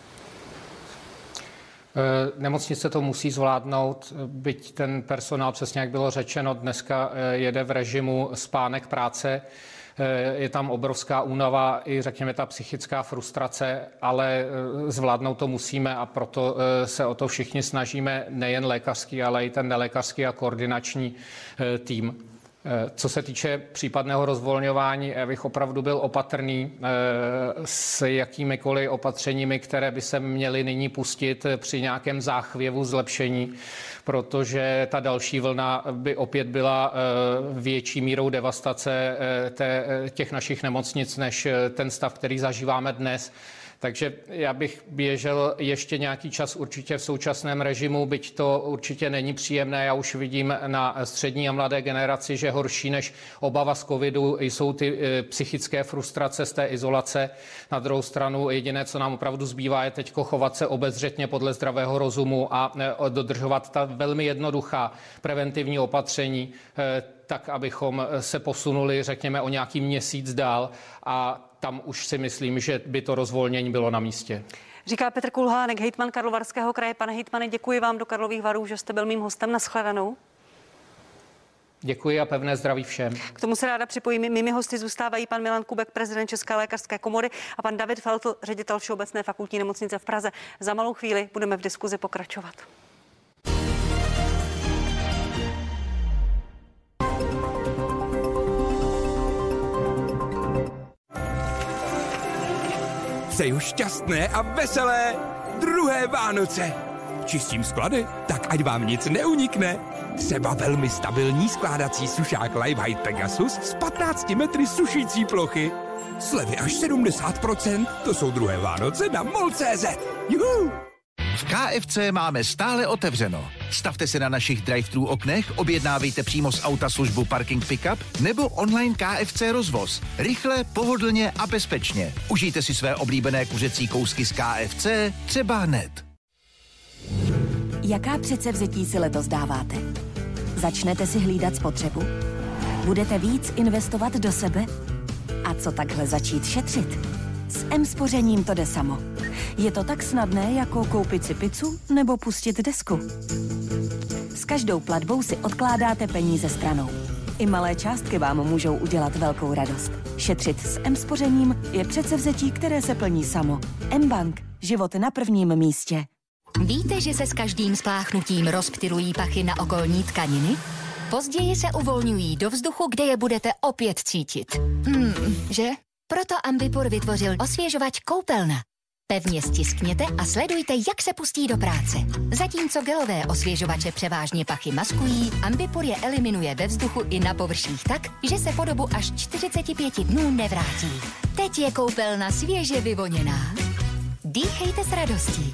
Nemocnice to musí zvládnout, byť ten personál, přesně jak bylo řečeno, dneska jede v režimu spánek práce. Je tam obrovská únava i řekněme ta psychická frustrace, ale zvládnout to musíme a proto se o to všichni snažíme, nejen lékařský, ale i ten nelékařský a koordinační tým. Co se týče případného rozvolňování, bych opravdu byl opatrný s jakýmikoliv opatřeními, které by se měly nyní pustit při nějakém záchvěvu zlepšení, protože ta další vlna by opět byla větší mírou devastace těch našich nemocnic než ten stav, který zažíváme dnes. Takže já bych běžel ještě nějaký čas určitě v současném režimu, byť to určitě není příjemné. Já už vidím na střední a mladé generaci, že horší než obava z covidu jsou ty psychické frustrace z té izolace. Na druhou stranu jediné, co nám opravdu zbývá, je teď chovat se obezřetně podle zdravého rozumu a dodržovat ta velmi jednoduchá preventivní opatření, tak abychom se posunuli, řekněme, o nějaký měsíc dál a tam už si myslím, že by to rozvolnění bylo na místě. Říká Petr Kulhánek, hejtman Karlovarského kraje. Pane hejtmane, děkuji vám do Karlových Varů, že jste byl mým hostem. Nashledanou. Děkuji a pevné zdraví všem. K tomu se ráda připojím. Mými hosty zůstávají pan Milan Kubek, prezident České lékařské komory, a pan David Feltl, ředitel Všeobecné fakultní nemocnice v Praze. Za malou chvíli budeme v diskuzi pokračovat. Přeju šťastné a veselé druhé Vánoce. Čistím sklady? Tak ať vám nic neunikne. Třeba velmi stabilní skládací sušák Lifehide Pegasus z 15 metry sušící plochy. Slevy až 70%, to jsou druhé Vánoce na mol.cz. Juhu! V KFC máme stále otevřeno. Stavte se na našich drive-thru oknech, objednávejte přímo z auta službu Parking Pickup nebo online KFC rozvoz. Rychle, pohodlně a bezpečně. Užijte si své oblíbené kuřecí kousky z KFC třeba hned. Jaká předsevzetí si letos dáváte? Začnete si hlídat spotřebu? Budete víc investovat do sebe? A co takhle začít šetřit? S M-spořením to jde samo. Je to tak snadné, jako koupit si pizzu nebo pustit desku. S každou platbou si odkládáte peníze stranou. I malé částky vám můžou udělat velkou radost. Šetřit s M-spořením je předsevzetí, které se plní samo. M-Bank. Život na prvním místě. Víte, že se s každým spláchnutím rozptylují pachy na okolní tkaniny? Později se uvolňují do vzduchu, kde je budete opět cítit. Že? Proto Ambipur vytvořil osvěžovač Koupelna. Pevně stiskněte a sledujte, jak se pustí do práce. Zatímco gelové osvěžovače převážně pachy maskují, Ambipur je eliminuje ve vzduchu i na površích tak, že se po dobu až 45 dnů nevrátí. Teď je koupelna svěže vyvoněná. Dýchejte s radostí.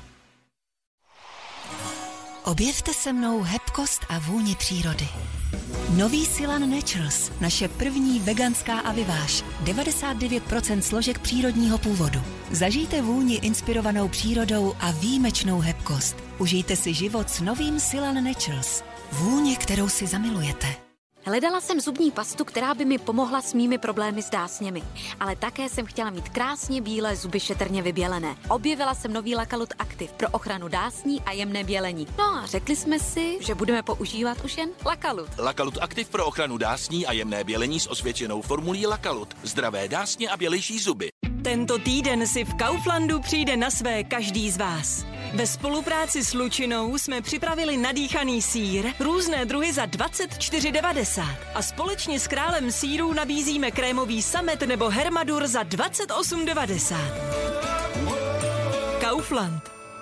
Objevte se mnou hebkost a vůni přírody. Nový Silan Naturals, naše první veganská aviváž, 99% složek přírodního původu. Zažijte vůni inspirovanou přírodou a výjimečnou hebkost. Užijte si život s novým Silan Naturals. Vůně, kterou si zamilujete. Hledala jsem zubní pastu, která by mi pomohla s mými problémy s dásněmi. Ale také jsem chtěla mít krásně bílé zuby šetrně vybělené. Objevila jsem nový Lakalut Active pro ochranu dásní a jemné bělení. No a řekli jsme si, že budeme používat už jen Lakalut. Lakalut Active pro ochranu dásní a jemné bělení s osvědčenou formulí Lakalut. Zdravé dásně a bělejší zuby. Tento týden si v Kauflandu přijde na své každý z vás. Ve spolupráci s Lučinou jsme připravili nadýchaný sýr, různé druhy za 24,90 a společně s králem sýrů nabízíme krémový samet nebo hermadur za 28,90. Kaufland.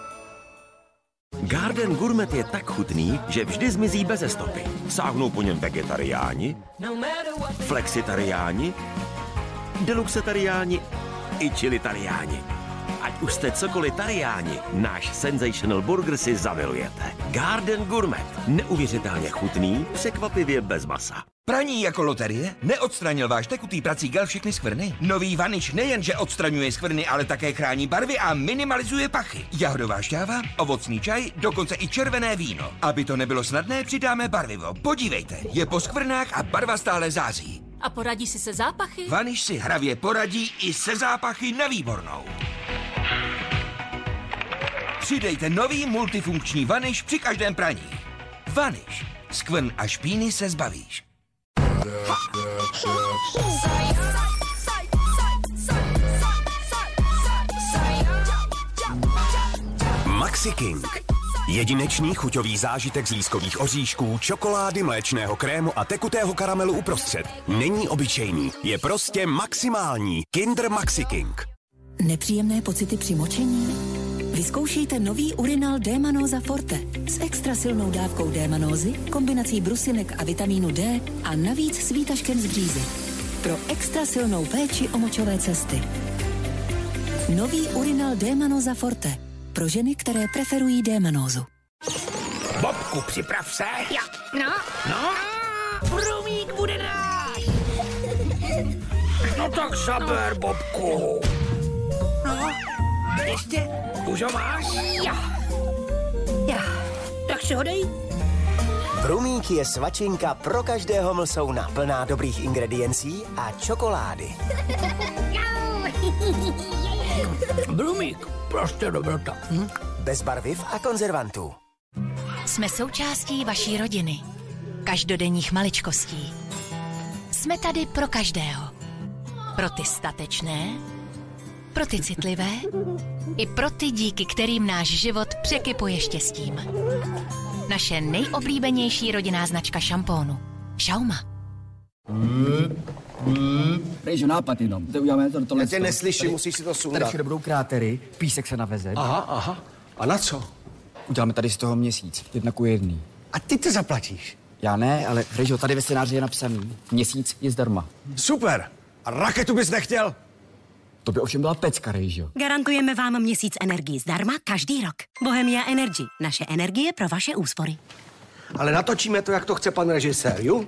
Garden Gourmet je tak chutný, že vždy zmizí beze stopy. Sáhnou po něm vegetariáni, flexitariáni, deluxetariáni i chilitariáni. Ať už jste cokoliv tariáni, náš sensational burger si zamilujete. Garden Gourmet. Neuvěřitelně chutný, překvapivě bez masa. Praní jako loterie? Neodstranil váš tekutý prací gel všechny skvrny? Nový Vanish nejenže odstraňuje skvrny, ale také chrání barvy a minimalizuje pachy. Jahodová šťáva, ovocný čaj, dokonce i červené víno. Aby to nebylo snadné, přidáme barvivo. Podívejte, je po skvrnách a barva stále září. A poradí si se zápachy? Vanish si hravě poradí i se zápachy na výbornou. Přidejte nový multifunkční Vanish při každém praní. Vanish. Skvrn a špíny se zbavíš. Maxi King. Jedinečný chuťový zážitek z lískových oříšků, čokolády, mléčného krému a tekutého karamelu uprostřed. Není obyčejný, je prostě maximální. Kinder Maxi King. Nepříjemné pocity při močení? Vyzkoušejte nový Urinal D-Manóza Forte s extra silnou dávkou D-manózy, kombinací brusinek a vitamínu D a navíc s výtažkem z břízy. Pro extra silnou péči o močové cesty. Nový Urinal D-Manóza Forte. Pro ženy, které preferují D-manózu. Bobku, připrav se. Jo, no. Brumík bude náš. No tak zaber, Bobku. No, ještě, už ho máš? Jo. Tak si ho dej. Brumík je svačinka pro každého mlsouna, plná dobrých ingrediencí a čokolády. Brumík, prostě dobrota. Bez barviv a konzervantů. Jsme součástí vaší rodiny. Každodenních maličkostí. Jsme tady pro každého. Pro ty statečné, pro ty citlivé, i pro ty, díky kterým náš život překypuje štěstím. Naše nejoblíbenější rodinná značka šampónu. Schauma. Rejžo, nápad jenom. To uděláme tohle. Já tě neslyším, musíš si to sundat. Tady všude budou krátery, písek se naveze. Aha. A na co? Uděláme tady z toho měsíc, 1:1. A ty to zaplatíš? Já ne, ale Rejžo, tady ve scénáři je napsaný. Měsíc je zdarma. Super. A raketu bys nechtěl? To by ovšem byla pecka, Rejžo. Garantujeme vám měsíc energii zdarma každý rok. Bohemia Energy. Naše energie pro vaše úspory. Ale natočíme to, jak to chce pan režisér, jo?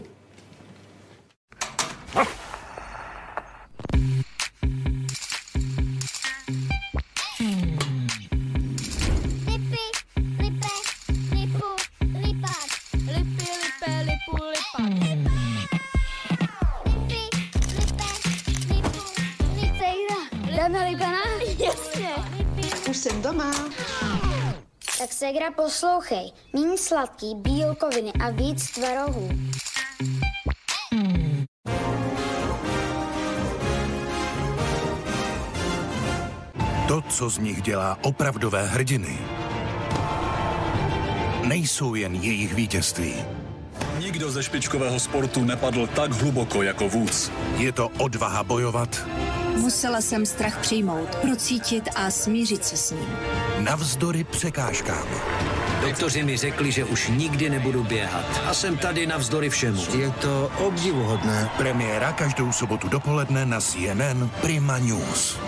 Už jsem doma. Tak ségra, poslouchej. Míň sladký, bílkoviny a víc tvarohů. To, co z nich dělá opravdové hrdiny, nejsou jen jejich vítězství. Nikdo ze špičkového sportu nepadl tak hluboko jako Woods. Je to odvaha bojovat. Musela jsem strach přijmout, procítit a smířit se s ním. Navzdory překážkám. Doktoři mi řekli, že už nikdy nebudu běhat. A jsem tady navzdory všemu. Je to obdivuhodné. Premiéra každou sobotu dopoledne na CNN Prima News.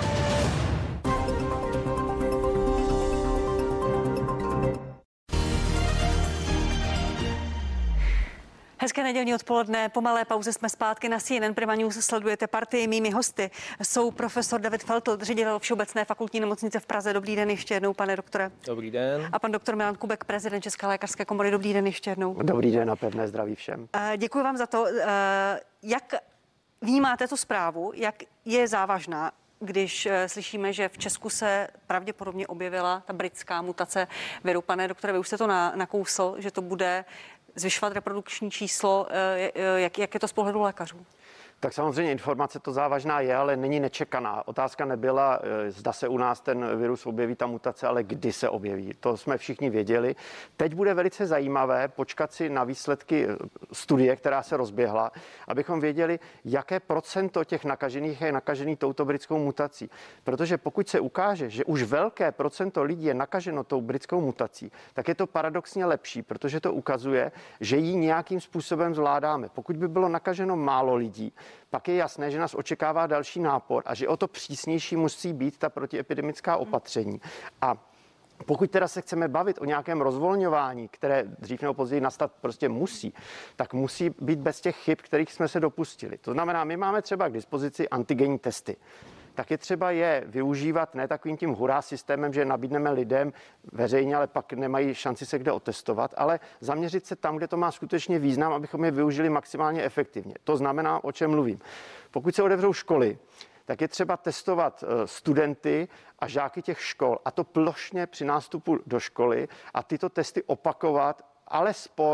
Hezké nedělní odpoledne. Po malé pauze jsme zpátky na CNN Prima News. Sledujete partii. Mými hosty jsou profesor David Feltl, ředitel Všeobecné fakultní nemocnice v Praze. Dobrý den ještě jednou, pane doktore. Dobrý den. A pan doktor Milan Kubek, prezident České lékařské komory. Dobrý den ještě jednou. Dobrý den a pevné zdraví všem. Děkuji vám za to. Jak vnímáte tu zprávu, jak je závažná, když slyšíme, že v Česku se pravděpodobně objevila ta britská mutace viru? Pane doktore, vy už jste to nakousl, že to bude zvyšovat reprodukční číslo. Jak je to z pohledu lékařů? Tak samozřejmě informace to závažná je, ale není nečekaná. Otázka nebyla, zda se u nás ten virus objeví, ta mutace, ale kdy se objeví. To jsme všichni věděli. Teď bude velice zajímavé počkat si na výsledky studie, která se rozběhla, abychom věděli, jaké procento těch nakažených je nakažený touto britskou mutací. Protože pokud se ukáže, že už velké procento lidí je nakaženo tou britskou mutací, tak je to paradoxně lepší, protože to ukazuje, že ji nějakým způsobem zvládáme. Pokud by bylo nakaženo málo lidí, pak je jasné, že nás očekává další nápor a že o to přísnější musí být ta protiepidemická opatření. A pokud teda se chceme bavit o nějakém rozvolňování, které dřív nebo později nastat prostě musí, tak musí být bez těch chyb, kterých jsme se dopustili. To znamená, my máme třeba k dispozici antigenní testy. Tak je třeba je využívat ne takovým tím hurá systémem, že nabídneme lidem veřejně, ale pak nemají šanci se kde otestovat, ale zaměřit se tam, kde to má skutečně význam, abychom je využili maximálně efektivně. To znamená, o čem mluvím. Pokud se otevřou školy, tak je třeba testovat studenty a žáky těch škol, a to plošně při nástupu do školy, a tyto testy opakovat alespoň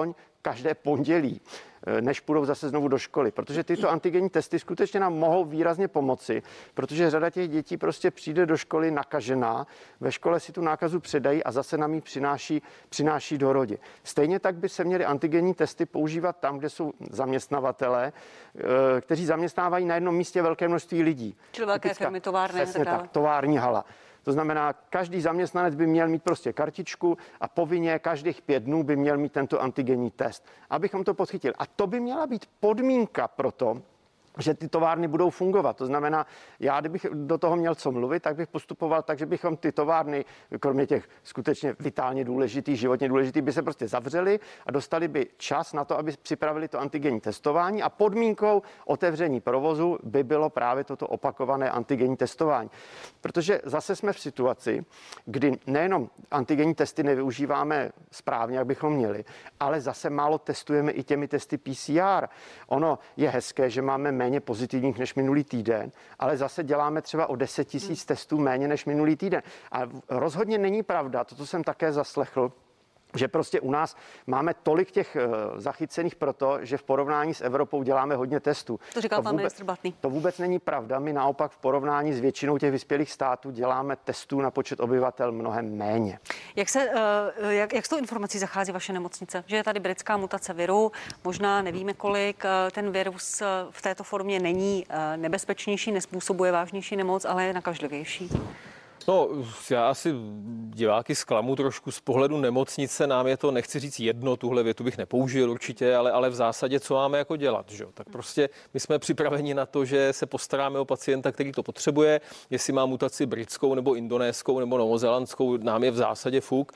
každé pondělí, než půjdou zase znovu do školy, protože tyto antigenní testy skutečně nám mohou výrazně pomoci, protože řada těch dětí prostě přijde do školy nakažená, ve škole si tu nákazu předají a zase nám ji přináší do rodiny. Stejně tak by se měly antigenní testy používat tam, kde jsou zaměstnavatelé, kteří zaměstnávají na jednom místě velké množství lidí. Čili velké firmy, továrny. Přesně tak, tovární hala. To znamená, každý zaměstnanec by měl mít prostě kartičku a povinně každých 5 dnů by měl mít tento antigenní test, abychom to podchytili. A to by měla být podmínka pro to, že ty továrny budou fungovat. To znamená, já kdybych do toho měl co mluvit, tak bych postupoval tak, že bychom ty továrny, kromě těch skutečně vitálně důležitých, životně důležitých, by se prostě zavřeli a dostali by čas na to, aby připravili to antigenní testování a podmínkou otevření provozu by bylo právě toto opakované antigenní testování. Protože zase jsme v situaci, kdy nejenom antigenní testy nevyužíváme správně, jak bychom měli, ale zase málo testujeme i těmi testy PCR. Ono je hezké, že máme méně pozitivních než minulý týden, ale zase děláme třeba o 10 000 testů méně než minulý týden. A rozhodně není pravda, to, co jsem také zaslechl, že prostě u nás máme tolik těch zachycených proto, že v porovnání s Evropou děláme hodně testů. To říkal pan ministr Blatný. To vůbec není pravda. My naopak v porovnání s většinou těch vyspělých států děláme testů na počet obyvatel mnohem méně. Jak s tou informací zachází vaše nemocnice? Že je tady britská mutace viru, možná nevíme kolik, ten virus v této formě není nebezpečnější, nespůsobuje vážnější nemoc, ale je nakažlivější. No, já asi diváky zklamu trošku z pohledu nemocnice, nám je to, nechci říct jedno, tuhle větu bych nepoužil určitě, ale v zásadě, co máme jako dělat, že? Tak prostě my jsme připraveni na to, že se postaráme o pacienta, který to potřebuje, jestli má mutaci britskou nebo indonéskou nebo novozélandskou, nám je v zásadě fuk.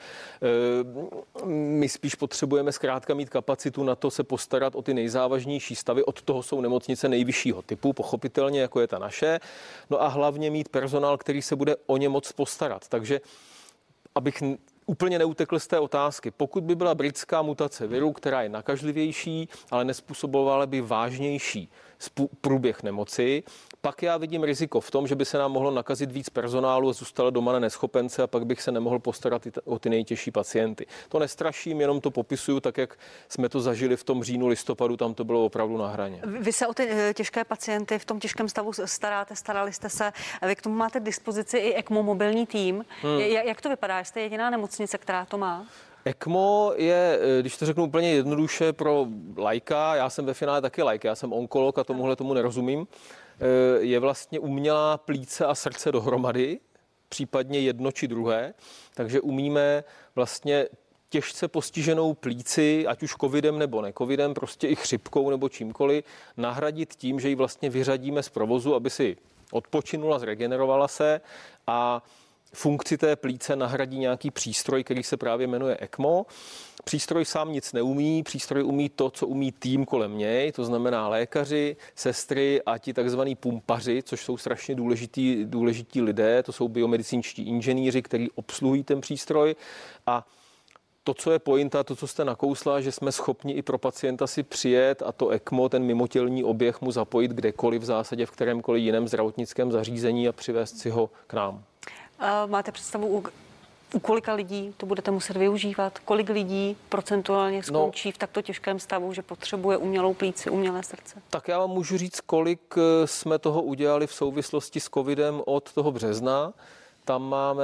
My spíš potřebujeme zkrátka mít kapacitu na to se postarat o ty nejzávažnější stavy, od toho jsou nemocnice nejvyššího typu, pochopitelně, jako je ta naše, no a hlavně mít personál, který se bude o ně moc postarat. Takže abych úplně neutekl z té otázky, pokud by byla britská mutace viru, která je nakažlivější, ale nezpůsobovala by vážnější průběh nemoci, pak já vidím riziko v tom, že by se nám mohlo nakazit víc personálu a zůstalo doma na neschopence a pak bych se nemohl postarat o ty nejtěžší pacienty. To nestraším, jenom to popisuju tak, jak jsme to zažili v tom říjnu, listopadu, tam to bylo opravdu na hraně. Vy se o ty těžké pacienty v tom těžkém stavu starali jste se, vy k tomu máte k dispozici i ECMO mobilní tým. Jak to vypadá? Jste jediná nemocnice, která to má? ECMO je, když to řeknu úplně jednoduše pro laika, já jsem ve finále taky laik, já jsem onkolog a tomu nerozumím, je vlastně umělá plíce a srdce dohromady, případně jedno či druhé, takže umíme vlastně těžce postiženou plíci, ať už covidem nebo necovidem, prostě i chřipkou nebo čímkoliv, nahradit tím, že ji vlastně vyřadíme z provozu, aby si odpočinula, zregenerovala se a funkci té plíce nahradí nějaký přístroj, který se právě jmenuje ECMO. Přístroj sám nic neumí, přístroj umí to, co umí tým kolem něj, to znamená lékaři, sestry a ti takzvaní pumpaři, což jsou strašně důležití lidé, to jsou biomedicínští inženýři, kteří obsluhují ten přístroj a to, co je pointa, to, co jste nakousla, že jsme schopni i pro pacienta si přijet a to ECMO, ten mimotělní oběh mu zapojit kdekoliv v zásadě v kterémkoliv jiném zdravotnickém zařízení a přivést si ho k nám. Máte představu, u kolika lidí to budete muset využívat? Kolik lidí procentuálně skončí v takto těžkém stavu, že potřebuje umělou plíci, umělé srdce? Tak já vám můžu říct, kolik jsme toho udělali v souvislosti s covidem od toho března. Tam máme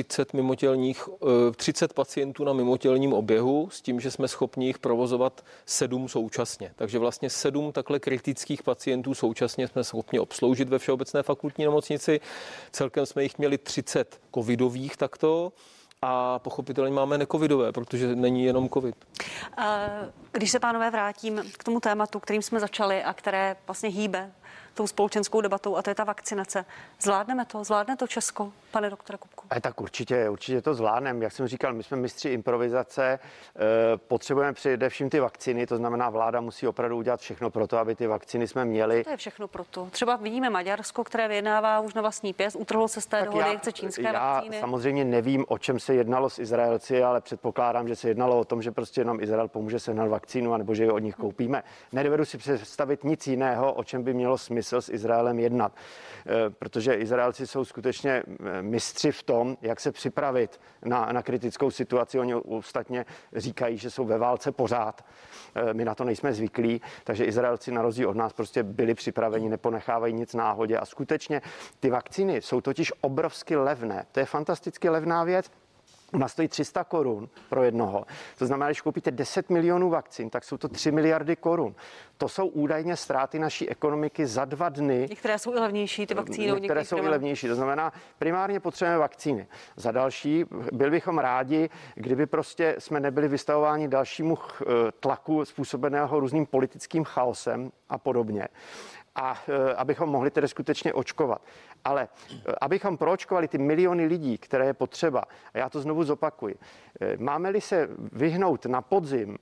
30 pacientů na mimotělním oběhu s tím, že jsme schopni jich provozovat 7 současně. Takže vlastně 7 takhle kritických pacientů současně jsme schopni obsloužit ve Všeobecné fakultní nemocnici. Celkem jsme jich měli 30 covidových takto a pochopitelně máme necovidové, protože není jenom covid. Když se, pánové, vrátím k tomu tématu, kterým jsme začali a které vlastně hýbe tou společenskou debatou, a to je ta vakcinace. Zvládneme to? Zvládne to Česko, pane doktore Kupku? Tak určitě to zvládneme. Jak jsem říkal, my jsme mistři improvizace, potřebujeme především ty vakcíny, to znamená, vláda musí opravdu udělat všechno pro to, aby ty vakcíny jsme měli. To je všechno proto. Třeba vidíme Maďarsko, které vyjednává už na vlastní pěst, utrhlo se z té dohody, chce čínské vakcíny. Já samozřejmě nevím, o čem se jednalo s Izraelci, ale předpokládám, že se jednalo o tom, že prostě jenom Izrael pomůže sehnat vakcínu, anebo že ji od nich koupíme. Nedovedu si představit nic jiného, o čem by mělo smysl s Izraelem jednat, protože Izraelci jsou skutečně mistři v tom, jak se připravit na kritickou situaci. Oni ostatně říkají, že jsou ve válce pořád. My na to nejsme zvyklí, takže Izraelci na rozdíl od nás prostě byli připraveni, neponechávají nic náhodě a skutečně ty vakcíny jsou totiž obrovsky levné. To je fantasticky levná věc. Ona stojí 300 korun pro jednoho. To znamená, když koupíte 10 milionů vakcín, tak jsou to 3 miliardy korun. To jsou údajně ztráty naší ekonomiky za 2 dny. Některé jsou i levnější, ty vakcíny. Některé jsou i levnější. To znamená, primárně potřebujeme vakcíny. Za další, byli bychom rádi, kdyby prostě jsme nebyli vystavováni dalšímu tlaku způsobeného různým politickým chaosem a podobně. A abychom mohli tedy skutečně očkovat. Ale abychom proočkovali ty miliony lidí, které je potřeba, a já to znovu zopakuji, máme-li se vyhnout na podzim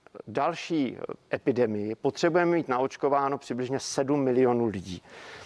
další epidemii, potřebujeme mít naočkováno přibližně 7 milionů lidí.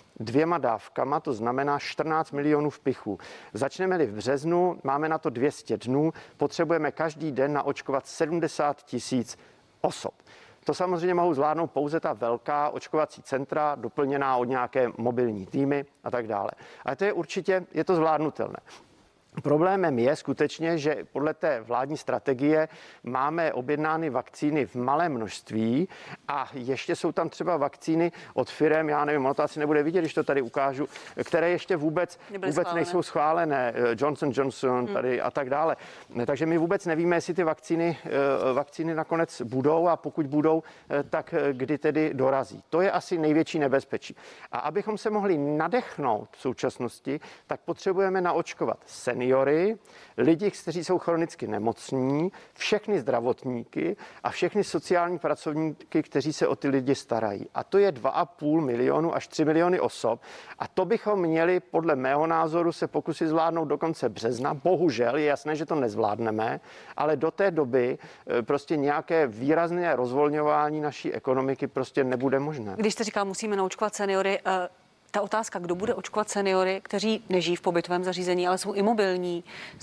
2 dávkama, to znamená 14 milionů vpichů. Začneme-li v březnu, máme na to 200 dnů, potřebujeme každý den naočkovat 70 000 osob. To samozřejmě mohou zvládnout pouze ta velká očkovací centra, doplněná od nějaké mobilní týmy a tak dále. Ale to je to zvládnutelné. Problémem je skutečně, že podle té vládní strategie máme objednány vakcíny v malém množství a ještě jsou tam třeba vakcíny od firem, já nevím, ono to asi nebude vidět, když to tady ukážu, které ještě vůbec nejsou schválené, Johnson tady a tak dále. Takže my vůbec nevíme, jestli ty vakcíny nakonec budou a pokud budou, tak kdy tedy dorazí. To je asi největší nebezpečí. A abychom se mohli nadechnout v současnosti, tak potřebujeme naočkovat seniory, lidi, kteří jsou chronicky nemocní, všechny zdravotníky a všechny sociální pracovníky, kteří se o ty lidi starají. A to je 2,5 milionu až 3 miliony osob. A to bychom měli podle mého názoru se pokusit zvládnout do konce března. Bohužel je jasné, že to nezvládneme, ale do té doby prostě nějaké výrazné rozvolňování naší ekonomiky prostě nebude možné. Když jste říkal, musíme naočkovat seniory, ta otázka, kdo bude očkovat seniory, kteří nežijí v pobytovém zařízení, ale jsou imobilní,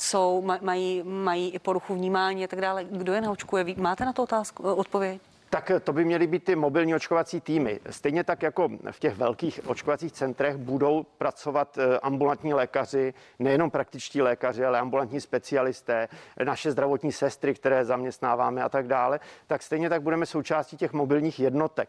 mají i poruchu vnímání a tak dále. Kdo je naočkuje? Máte na to odpověď? Tak to by měly být ty mobilní očkovací týmy. Stejně tak jako v těch velkých očkovacích centrech budou pracovat ambulantní lékaři, nejenom praktičtí lékaři, ale ambulantní specialisté, naše zdravotní sestry, které zaměstnáváme a tak dále, tak stejně tak budeme součástí těch mobilních jednotek.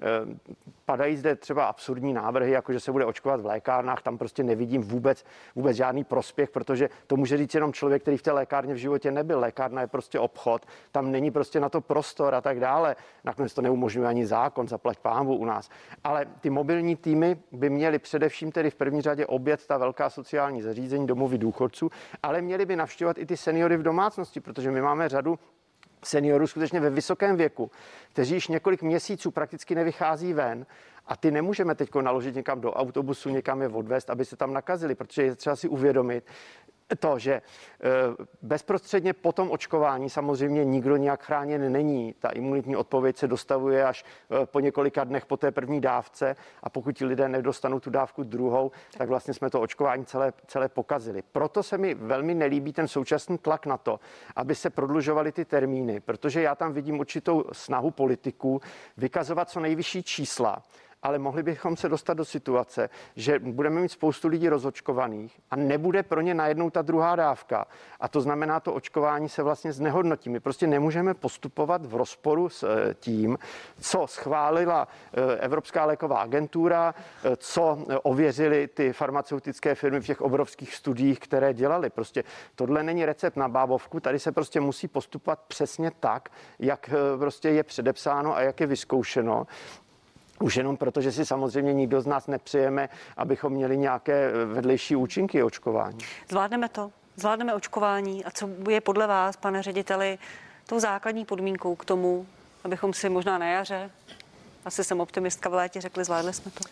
Padají zde třeba absurdní návrhy, jako že se bude očkovat v lékárnách, tam prostě nevidím vůbec žádný prospěch, protože to může říct jenom člověk, který v té lékárně v životě nebyl. Lékárna je prostě obchod, tam není prostě na to prostor a tak dále. Nakonec to neumožňuje ani zákon, zaplať pánvu u nás. Ale ty mobilní týmy by měly především tedy v první řadě objet ta velká sociální zařízení, domovy důchodců, ale měly by navštěvovat i ty seniory v domácnosti, protože my máme řadu seniorů skutečně ve vysokém věku, kteří již několik měsíců prakticky nevychází ven a ty nemůžeme teď naložit někam do autobusu, někam je odvést, aby se tam nakazili, protože je třeba si uvědomit, to, že bezprostředně po tom očkování samozřejmě nikdo nějak chráněn není. Ta imunitní odpověď se dostavuje až po několika dnech po té první dávce a pokud ti lidé nedostanou tu dávku druhou, tak vlastně jsme to očkování celé pokazili. Proto se mi velmi nelíbí ten současný tlak na to, aby se prodlužovaly ty termíny, protože já tam vidím určitou snahu politiků vykazovat co nejvyšší čísla, ale mohli bychom se dostat do situace, že budeme mít spoustu lidí rozočkovaných a nebude pro ně najednou ta druhá dávka. A to znamená, to očkování se vlastně znehodnotí. My prostě nemůžeme postupovat v rozporu s tím, co schválila Evropská léková agentura, co ověřily ty farmaceutické firmy v těch obrovských studiích, které dělaly. Prostě tohle není recept na bábovku, tady se prostě musí postupovat přesně tak, jak prostě je předepsáno a jak je vyzkoušeno. Už jenom proto, že si samozřejmě nikdo z nás nepřejeme, abychom měli nějaké vedlejší účinky očkování. Zvládneme to? Zvládneme očkování? A co je podle vás, pane řediteli, tou základní podmínkou k tomu, abychom si možná na jaře, asi jsem optimistka, v létě řekli, zvládli jsme to?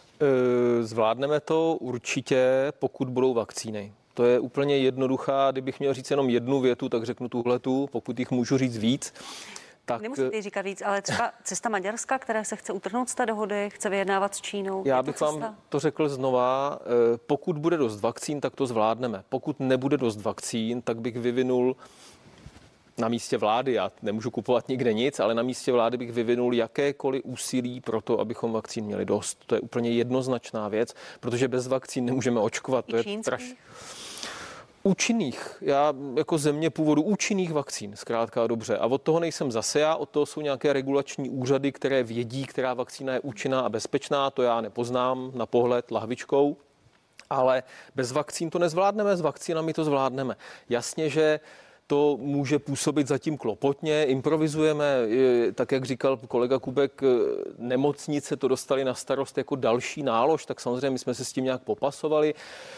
Zvládneme to určitě, pokud budou vakcíny. To je úplně jednoduchá, kdybych měl říct jenom jednu větu, tak řeknu tuhletu, pokud jich můžu říct víc. Tak, nemusíte říkat víc, ale třeba cesta Maďarska, která se chce utrhnout z té dohody, chce vyjednávat s Čínou. Já bych vám to řekl znova, pokud bude dost vakcín, tak to zvládneme. Pokud nebude dost vakcín, tak bych vyvinul na místě vlády, já nemůžu kupovat nikde nic, ale na místě vlády bych vyvinul jakékoliv úsilí pro to, abychom vakcín měli dost. To je úplně jednoznačná věc, protože bez vakcín nemůžeme očkovat. To je účinných, já jako země původu účinných vakcín, zkrátka a dobře. A od toho nejsem zase já, od toho jsou nějaké regulační úřady, které vědí, která vakcína je účinná a bezpečná, to já nepoznám na pohled lahvičkou, ale bez vakcín to nezvládneme, s vakcínami to zvládneme. Jasně, že to může působit zatím klopotně, improvizujeme, tak jak říkal kolega Kubek, nemocnice to dostali na starost jako další nálož, tak samozřejmě my jsme se s tím nějak popasovali,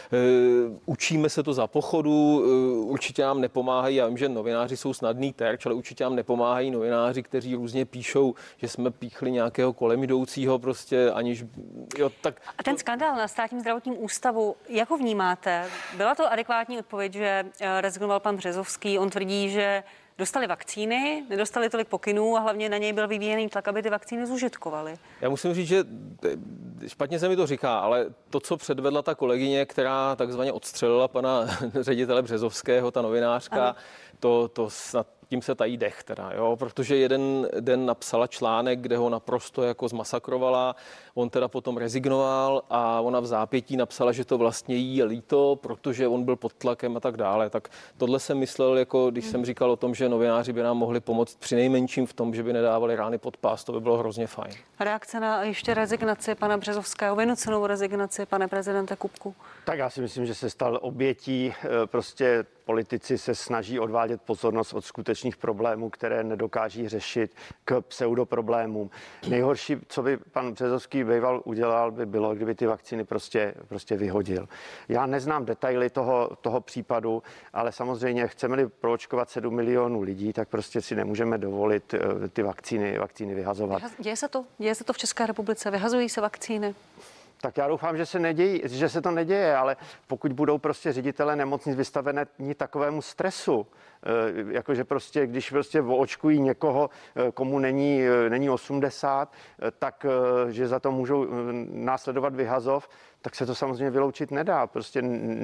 učíme se to za pochodu, určitě nám nepomáhají, já vím, že novináři jsou snadný terč, ale určitě nám nepomáhají novináři, kteří různě píšou, že jsme píchli nějakého kolem jdoucího, prostě aniž, jo, tak. A ten skandál na Státním zdravotním ústavu, jak ho vnímáte? Byla to adekvátní odpověď, že rezignoval pan Březovský? On tvrdí, že dostali vakcíny, nedostali tolik pokynů a hlavně na něj byl vyvíjený tlak, aby ty vakcíny zužitkovaly. Já musím říct, že špatně se mi to říká, ale to, co předvedla ta kolegyně, která takzvaně odstřelila pana ředitele Březovského, ta novinářka, to snad tím se tají dech teda, jo, protože jeden den napsala článek, kde ho naprosto jako zmasakrovala, on teda potom rezignoval a ona v zápětí napsala, že to vlastně jí je líto, protože on byl pod tlakem a tak dále. Tak tohle jsem myslel, jako když jsem říkal o tom, že novináři by nám mohli pomoct přinejmenším v tom, že by nedávali rány pod pás, to by bylo hrozně fajn. Reakce na ještě rezignaci pana Březovského, vynucenou rezignaci, pane prezidente Kubku? Tak já si myslím, že se stal obětí, prostě politici se snaží odvádět pozornost od skutečných problémů, které nedokáží řešit, k pseudoproblémům. Nejhorší, co by pan Březovský býval udělal, by bylo, kdyby ty vakcíny prostě vyhodil. Já neznám detaily toho případu, ale samozřejmě chceme-li proočkovat 7 milionů lidí, tak prostě si nemůžeme dovolit ty vakcíny vyhazovat. Děje se to v České republice? Vyhazují se vakcíny? Tak já doufám, že se to neděje, ale pokud budou prostě ředitelé nemocnic vystavené takovému stresu, jakože prostě, když prostě očkují někoho, komu není 80, tak že za to můžou následovat vyhazov, tak se to samozřejmě vyloučit nedá. Prostě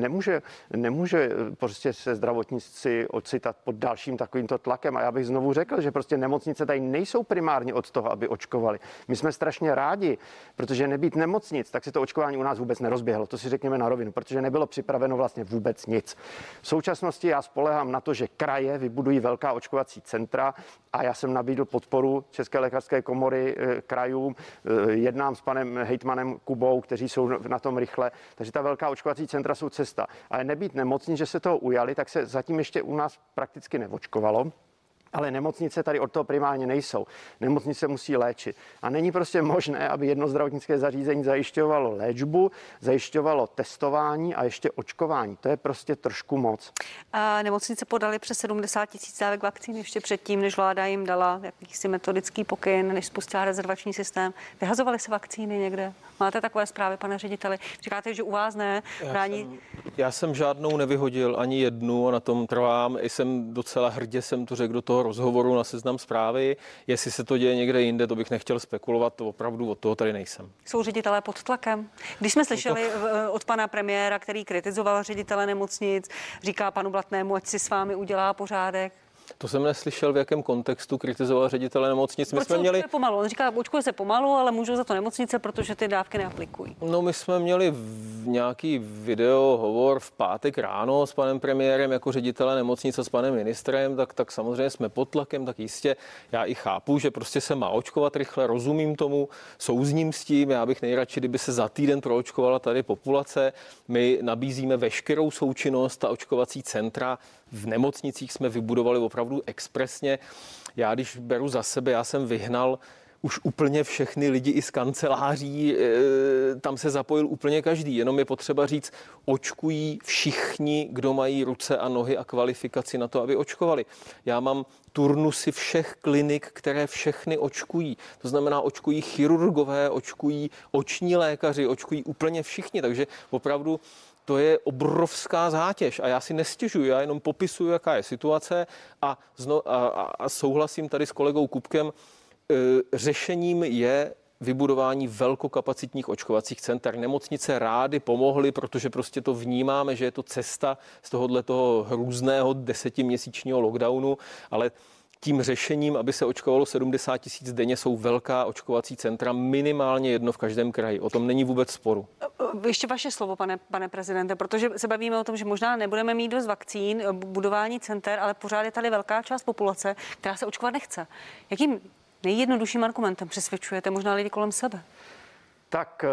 nemůže prostě se zdravotníci ocitat pod dalším takovýmto tlakem. A já bych znovu řekl, že prostě nemocnice tady nejsou primárně od toho, aby očkovali. My jsme strašně rádi, protože nebýt nemocnic, tak se to očkování u nás vůbec nerozběhlo. To si řekněme na rovinu, protože nebylo připraveno vlastně vůbec nic. V současnosti já spolehám na to, že kraje vybudují velká očkovací centra a já jsem nabídl podporu České lékařské komory krajům. Jednám s panem hejtmanem Kubou, kteří jsou na tom rychle. Takže ta velká očkovací centra jsou cesta. Ale nebýt nemocnic, že se toho ujali, tak se zatím ještě u nás prakticky neočkovalo. Ale nemocnice tady od toho primárně nejsou. Nemocnice musí léčit. A není prostě možné, aby jedno zdravotnické zařízení zajišťovalo léčbu, zajišťovalo testování a ještě očkování. To je prostě trošku moc. A nemocnice podali přes 70 000 dávek vakcín ještě předtím, než vláda jim dala jakýsi metodický pokyn, než spustila rezervační systém. Vyhazovaly se vakcíny někde? Máte takové zprávy, pane řediteli? Říkáte, že u vás ne. Já jsem žádnou nevyhodil, ani jednu, a na tom trvám. Jsem docela hrdě, jsem to řekl do toho rozhovoru na Seznam Zprávy. Jestli se to děje někde jinde, to bych nechtěl spekulovat, to opravdu od toho tady nejsem. Jsou ředitelé pod tlakem? Když jsme slyšeli od pana premiéra, který kritizoval ředitele nemocnic, říká panu Blatnému, ať si s vámi udělá pořádek. To jsem neslyšel, v jakém kontextu kritizoval ředitele nemocnic. My jsme měli pomalu. On říká, očkuje se pomalu, ale můžou za to nemocnice, protože ty dávky neaplikují. No, my jsme měli nějaký hovor v pátek ráno s panem premiérem jako ředitele nemocnice s panem ministrem, tak samozřejmě jsme pod tlakem, tak jistě já i chápu, že prostě se má očkovat rychle, rozumím tomu, souzním s tím, já bych nejradši, kdyby se za týden proočkovala tady populace. My nabízíme veškerou součinnost, ta očkovací centra v nemocnicích jsme vybudovali opravdu expresně. Já když beru za sebe, já jsem vyhnal už úplně všechny lidi i z kanceláří, tam se zapojil úplně každý, jenom je potřeba říct, očkují všichni, kdo mají ruce a nohy a kvalifikaci na to, aby očkovali. Já mám turnusy všech klinik, které všechny očkují. To znamená, očkují chirurgové, očkují oční lékaři, očkují úplně všichni, takže opravdu to je obrovská zátěž a já si nestěžuji, já jenom popisuju, jaká je situace a souhlasím tady s kolegou Kubkem, řešením je vybudování velkokapacitních očkovacích center. Nemocnice rády pomohly, protože prostě to vnímáme, že je to cesta z tohoto hrůzného 10měsíčního lockdownu, ale tím řešením, aby se očkovalo 70 000 denně, jsou velká očkovací centra, minimálně jedno v každém kraji. O tom není vůbec sporu. Ještě vaše slovo, pane prezidente, protože se bavíme o tom, že možná nebudeme mít dost vakcín, budování center, ale pořád je tady velká část populace, která se očkovat nechce. Jakým nejjednodušším argumentem přesvědčujete možná lidi kolem sebe? Tak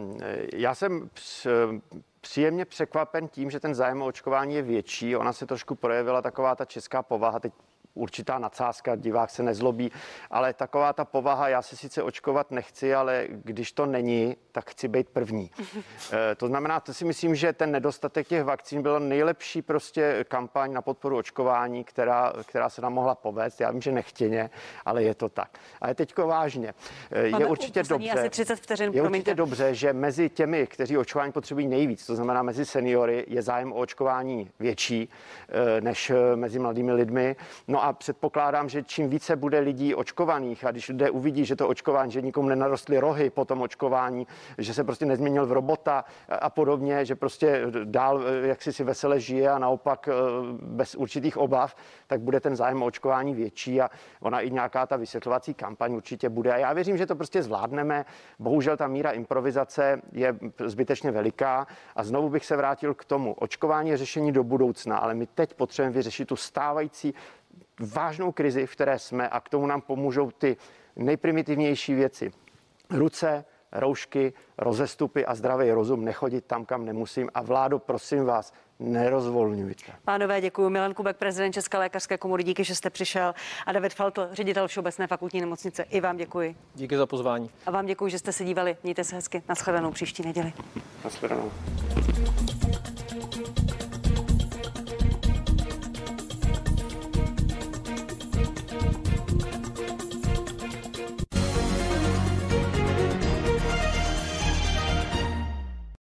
já jsem příjemně překvapen tím, že ten zájem o očkování je větší. Ona se trošku projevila taková ta česká povaha, teď určitá nadsázka, divák se nezlobí, ale taková ta povaha, já se sice očkovat nechci, ale když to není, tak chci být první. To znamená, to si myslím, že ten nedostatek těch vakcín byla nejlepší prostě kampaň na podporu očkování, která se nám mohla povést. Já vím, že nechtěně, ale je to tak. Ale teďko vážně. Je určitě dobře, určitě dobře, že mezi těmi, kteří očkování potřebují nejvíc, to znamená mezi seniory, je zájem o očkování větší než mezi mladými lidmi. No a předpokládám, že čím více bude lidí očkovaných a když lidé uvidí, že to očkování, že nikomu nenarostly rohy po tom očkování, že se prostě nezměnil v robota a podobně, že prostě dál jak si vesele žije a naopak bez určitých obav, tak bude ten zájem o očkování větší a ona i nějaká ta vysvětlovací kampaň určitě bude. A já věřím, že to prostě zvládneme. Bohužel ta míra improvizace je zbytečně veliká a znovu bych se vrátil k tomu. Očkování je řešení do budoucna, ale my teď potřebujeme vyřešit tu stávající vážnou krizi, v které jsme a k tomu nám pomůžou ty nejprimitivnější věci. Ruce, roušky, rozestupy a zdravý rozum, nechodit tam, kam nemusím. A vládo, prosím vás, nerozvolňujte. Pánové, děkuji. Milan Kubek, prezident České lékařské komory, díky, že jste přišel. A David Faltl, ředitel Všeobecné fakultní nemocnice. I vám děkuji. Díky za pozvání. A vám děkuji, že jste se dívali. Mějte se hezky. Nashledanou příští neděli. Nashledanou.